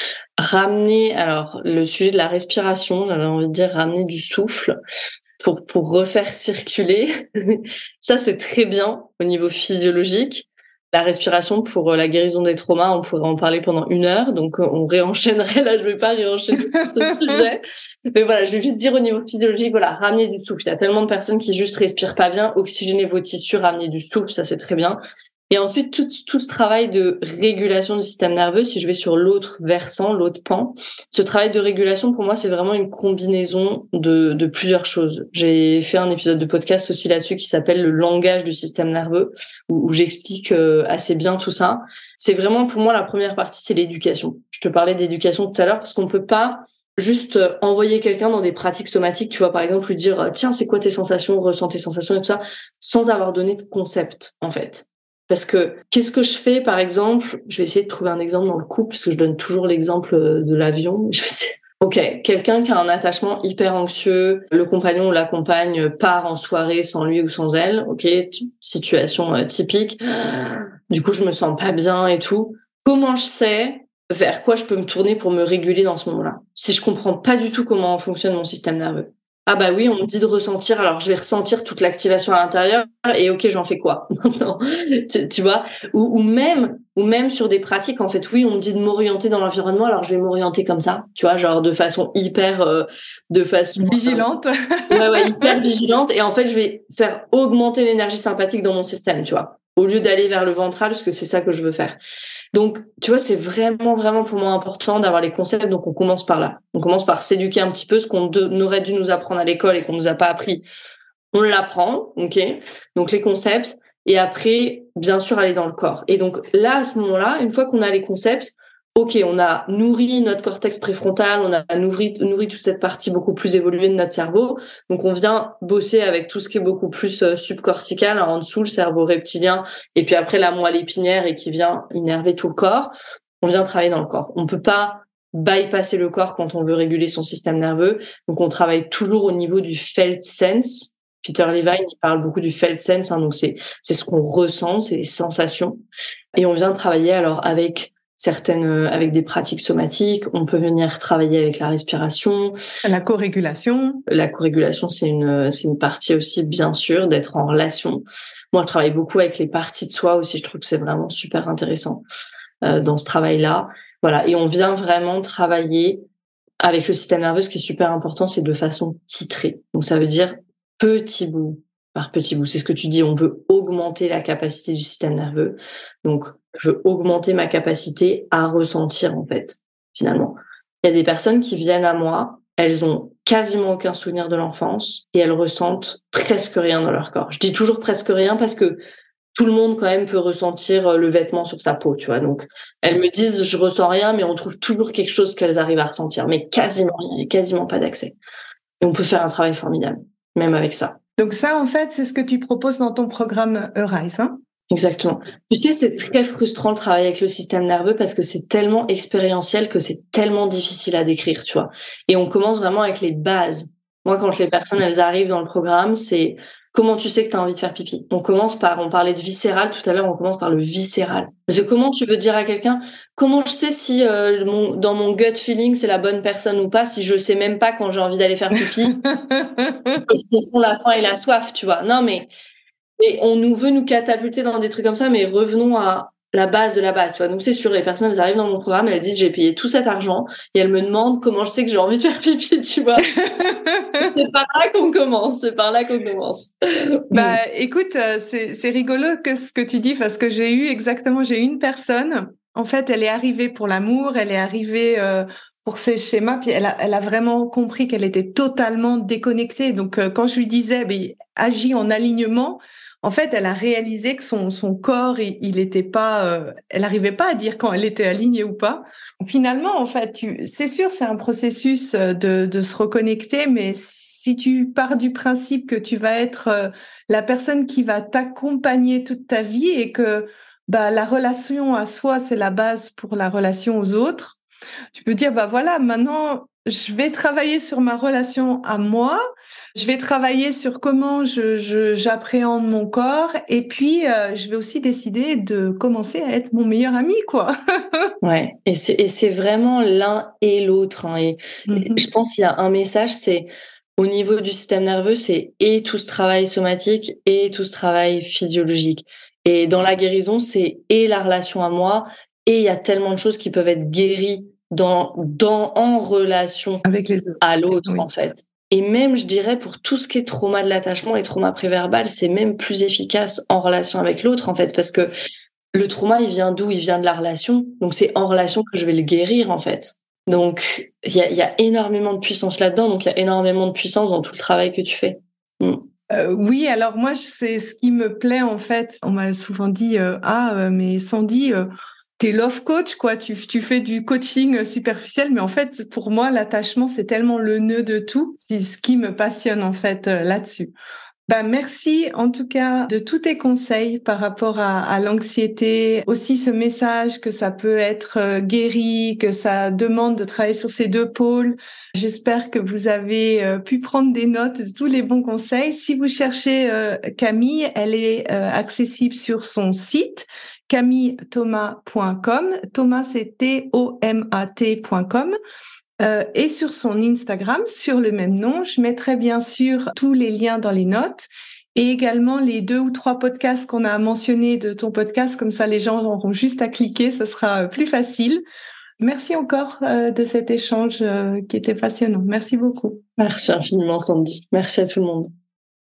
Speaker 2: Ramener, alors, le sujet de la respiration, j'avais envie de dire ramener du souffle. Pour, pour refaire circuler. Ça, c'est très bien au niveau physiologique. La respiration pour la guérison des traumas, on pourrait en parler pendant une heure. Donc, on réenchaînerait. Là, je vais pas réenchaîner sur ce sujet. Mais voilà, je vais juste dire au niveau physiologique, voilà, ramener du souffle. Il y a tellement de personnes qui juste respirent pas bien. Oxygéner vos tissus, ramener du souffle, ça, c'est très bien. Et ensuite, tout, tout ce travail de régulation du système nerveux, si je vais sur l'autre versant, l'autre pan, ce travail de régulation, pour moi, c'est vraiment une combinaison de, de plusieurs choses. J'ai fait un épisode de podcast aussi là-dessus qui s'appelle le langage du système nerveux, où, où j'explique euh, assez bien tout ça. C'est vraiment, pour moi, la première partie, c'est l'éducation. Je te parlais d'éducation tout à l'heure parce qu'on peut pas juste envoyer quelqu'un dans des pratiques somatiques, tu vois, par exemple, lui dire, tiens, c'est quoi tes sensations, ressens tes sensations et tout ça, sans avoir donné de concept, en fait. Parce que qu'est-ce que je fais, par exemple, je vais essayer de trouver un exemple dans le couple, parce que je donne toujours l'exemple de l'avion. Je sais. Ok, quelqu'un qui a un attachement hyper anxieux, le compagnon ou la compagne part en soirée sans lui ou sans elle, ok, t- situation euh, typique. Du coup, je me sens pas bien et tout. Comment je sais vers quoi je peux me tourner pour me réguler dans ce moment-là? Si je comprends pas du tout comment fonctionne mon système nerveux. Ah bah oui, on me dit de ressentir, alors je vais ressentir toute l'activation à l'intérieur et ok, j'en fais quoi? Non, tu, tu vois, ou, ou même ou même sur des pratiques, en fait, oui, on me dit de m'orienter dans l'environnement, alors je vais m'orienter comme ça, tu vois, genre de façon hyper, euh, de façon
Speaker 1: vigilante.
Speaker 2: Euh, ouais, ouais, hyper vigilante, et en fait, je vais faire augmenter l'énergie sympathique dans mon système, tu vois, au lieu d'aller vers le ventral, parce que c'est ça que je veux faire. Donc, tu vois, c'est vraiment, vraiment pour moi important d'avoir les concepts. Donc, on commence par là. On commence par s'éduquer un petit peu, ce qu'on de, aurait dû nous apprendre à l'école et qu'on nous a pas appris. On l'apprend, ok. Donc, les concepts. Et après, bien sûr, aller dans le corps. Et donc, là, à ce moment-là, une fois qu'on a les concepts, ok, on a nourri notre cortex préfrontal, on a nourri, nourri toute cette partie beaucoup plus évoluée de notre cerveau. Donc, on vient bosser avec tout ce qui est beaucoup plus euh, subcortical, hein, en dessous, le cerveau reptilien, et puis après la moelle épinière et qui vient innerver tout le corps. On vient travailler dans le corps. On peut pas bypasser le corps quand on veut réguler son système nerveux. Donc, on travaille toujours au niveau du felt sense. Peter Levine, il parle beaucoup du felt sense, hein, donc c'est c'est ce qu'on ressent, c'est les sensations. Et on vient travailler alors avec certaines, avec des pratiques somatiques. On peut venir travailler avec la respiration,
Speaker 1: la co-régulation.
Speaker 2: La co-régulation, c'est une c'est une partie aussi, bien sûr, d'être en relation. Moi, je travaille beaucoup avec les parties de soi aussi. Je trouve que c'est vraiment super intéressant euh, dans ce travail-là. Voilà, et on vient vraiment travailler avec le système nerveux. Ce qui est super important, c'est de façon titrée. Donc ça veut dire petit bout par petit bout. C'est ce que tu dis, on veut augmenter la capacité du système nerveux. Donc je veux augmenter ma capacité à ressentir, en fait, finalement. Il y a des personnes qui viennent à moi, elles ont quasiment aucun souvenir de l'enfance et elles ressentent presque rien dans leur corps. Je dis toujours presque rien parce que tout le monde, quand même, peut ressentir le vêtement sur sa peau, tu vois. Donc, elles me disent, je ressens rien, mais on trouve toujours quelque chose qu'elles arrivent à ressentir, mais quasiment rien, il n'y a quasiment pas d'accès. Et on peut faire un travail formidable, même avec ça.
Speaker 1: Donc ça, en fait, c'est ce que tu proposes dans ton programme Arise, hein?
Speaker 2: Exactement. Tu sais, c'est très frustrant de travailler avec le système nerveux parce que c'est tellement expérientiel que c'est tellement difficile à décrire, tu vois. Et on commence vraiment avec les bases. Moi, quand les personnes, elles arrivent dans le programme, c'est comment tu sais que tu as envie de faire pipi. On commence par, on parlait de viscéral tout à l'heure, on commence par le viscéral. Parce que comment tu veux dire à quelqu'un, comment je sais si euh, mon, dans mon gut feeling, c'est la bonne personne ou pas, si je sais même pas quand j'ai envie d'aller faire pipi, et je confonds la faim et la soif, tu vois. Non, mais et on nous veut nous catapulter dans des trucs comme ça, mais revenons à la base de la base, tu vois. Donc c'est sûr, les personnes, elles arrivent dans mon programme, elles disent j'ai payé tout cet argent et elles me demandent comment je sais que j'ai envie de faire pipi, tu vois. C'est par là qu'on commence, c'est par là qu'on commence.
Speaker 1: Bah écoute, c'est c'est rigolo que ce que tu dis parce que j'ai eu exactement, j'ai eu une personne, en fait, elle est arrivée pour l'amour, elle est arrivée euh, pour ses schémas, puis elle a, elle a vraiment compris qu'elle était totalement déconnectée. Donc euh, quand je lui disais, ben, agis en alignement, en fait, elle a réalisé que son son corps, il, il était pas, euh, elle arrivait pas à dire quand elle était alignée ou pas. Finalement, en fait, tu, c'est sûr, c'est un processus de de se reconnecter, mais si tu pars du principe que tu vas être euh, la personne qui va t'accompagner toute ta vie et que bah la relation à soi, c'est la base pour la relation aux autres, tu peux dire bah voilà, maintenant je vais travailler sur ma relation à moi, je vais travailler sur comment je, je j'appréhende mon corps et puis euh, je vais aussi décider de commencer à être mon meilleur ami, quoi.
Speaker 2: Ouais, et c'est et c'est vraiment l'un et l'autre, hein. Et,
Speaker 1: Mm-hmm.
Speaker 2: et je pense qu'il y a un message, c'est au niveau du système nerveux, c'est et tout ce travail somatique et tout ce travail physiologique. Et dans la guérison, c'est et la relation à moi, et il y a tellement de choses qui peuvent être guéries dans, dans, en relation
Speaker 1: avec les autres,
Speaker 2: à l'autre,
Speaker 1: oui.
Speaker 2: En fait. Et même, je dirais, pour tout ce qui est trauma de l'attachement et trauma préverbal, c'est même plus efficace en relation avec l'autre, en fait, parce que le trauma, il vient d'où? Il vient de la relation. Donc, c'est en relation que je vais le guérir, en fait. Donc, il y a, y a énormément de puissance là-dedans. Donc, il y a énormément de puissance dans tout le travail que tu fais. Mm.
Speaker 1: Euh, oui, alors moi, c'est ce qui me plaît, en fait. On m'a souvent dit, euh, ah, euh, mais Sandy, euh, t'es love coach, quoi. Tu, tu fais du coaching superficiel, mais en fait, pour moi, l'attachement, c'est tellement le nœud de tout. C'est ce qui me passionne, en fait, euh, là-dessus. Ben, merci en tout cas de tous tes conseils par rapport à, à l'anxiété, aussi ce message que ça peut être euh, guéri, que ça demande de travailler sur ces deux pôles. J'espère que vous avez euh, pu prendre des notes de tous les bons conseils. Si vous cherchez euh, Camille, elle est euh, accessible sur son site camille thomas point com. Thomas, c'est T O M A T point com. Euh, et sur son Instagram, sur le même nom. Je mettrai bien sûr tous les liens dans les notes et également les deux ou trois podcasts qu'on a mentionnés de ton podcast. Comme ça, les gens auront juste à cliquer, ce sera plus facile. Merci encore euh, de cet échange euh, qui était passionnant. Merci beaucoup.
Speaker 2: Merci infiniment, Sandy. Merci à tout le monde.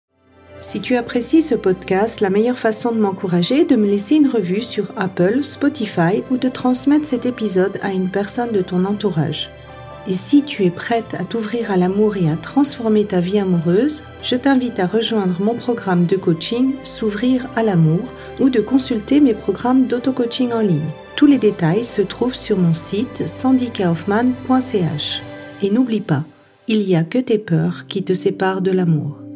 Speaker 1: Si tu apprécies ce podcast, la meilleure façon de m'encourager est de me laisser une revue sur Apple, Spotify ou de transmettre cet épisode à une personne de ton entourage. Et si tu es prête à t'ouvrir à l'amour et à transformer ta vie amoureuse, je t'invite à rejoindre mon programme de coaching S'ouvrir à l'amour ou de consulter mes programmes d'auto-coaching en ligne. Tous les détails se trouvent sur mon site sandy kaufman point c h. Et n'oublie pas, il n'y a que tes peurs qui te séparent de l'amour.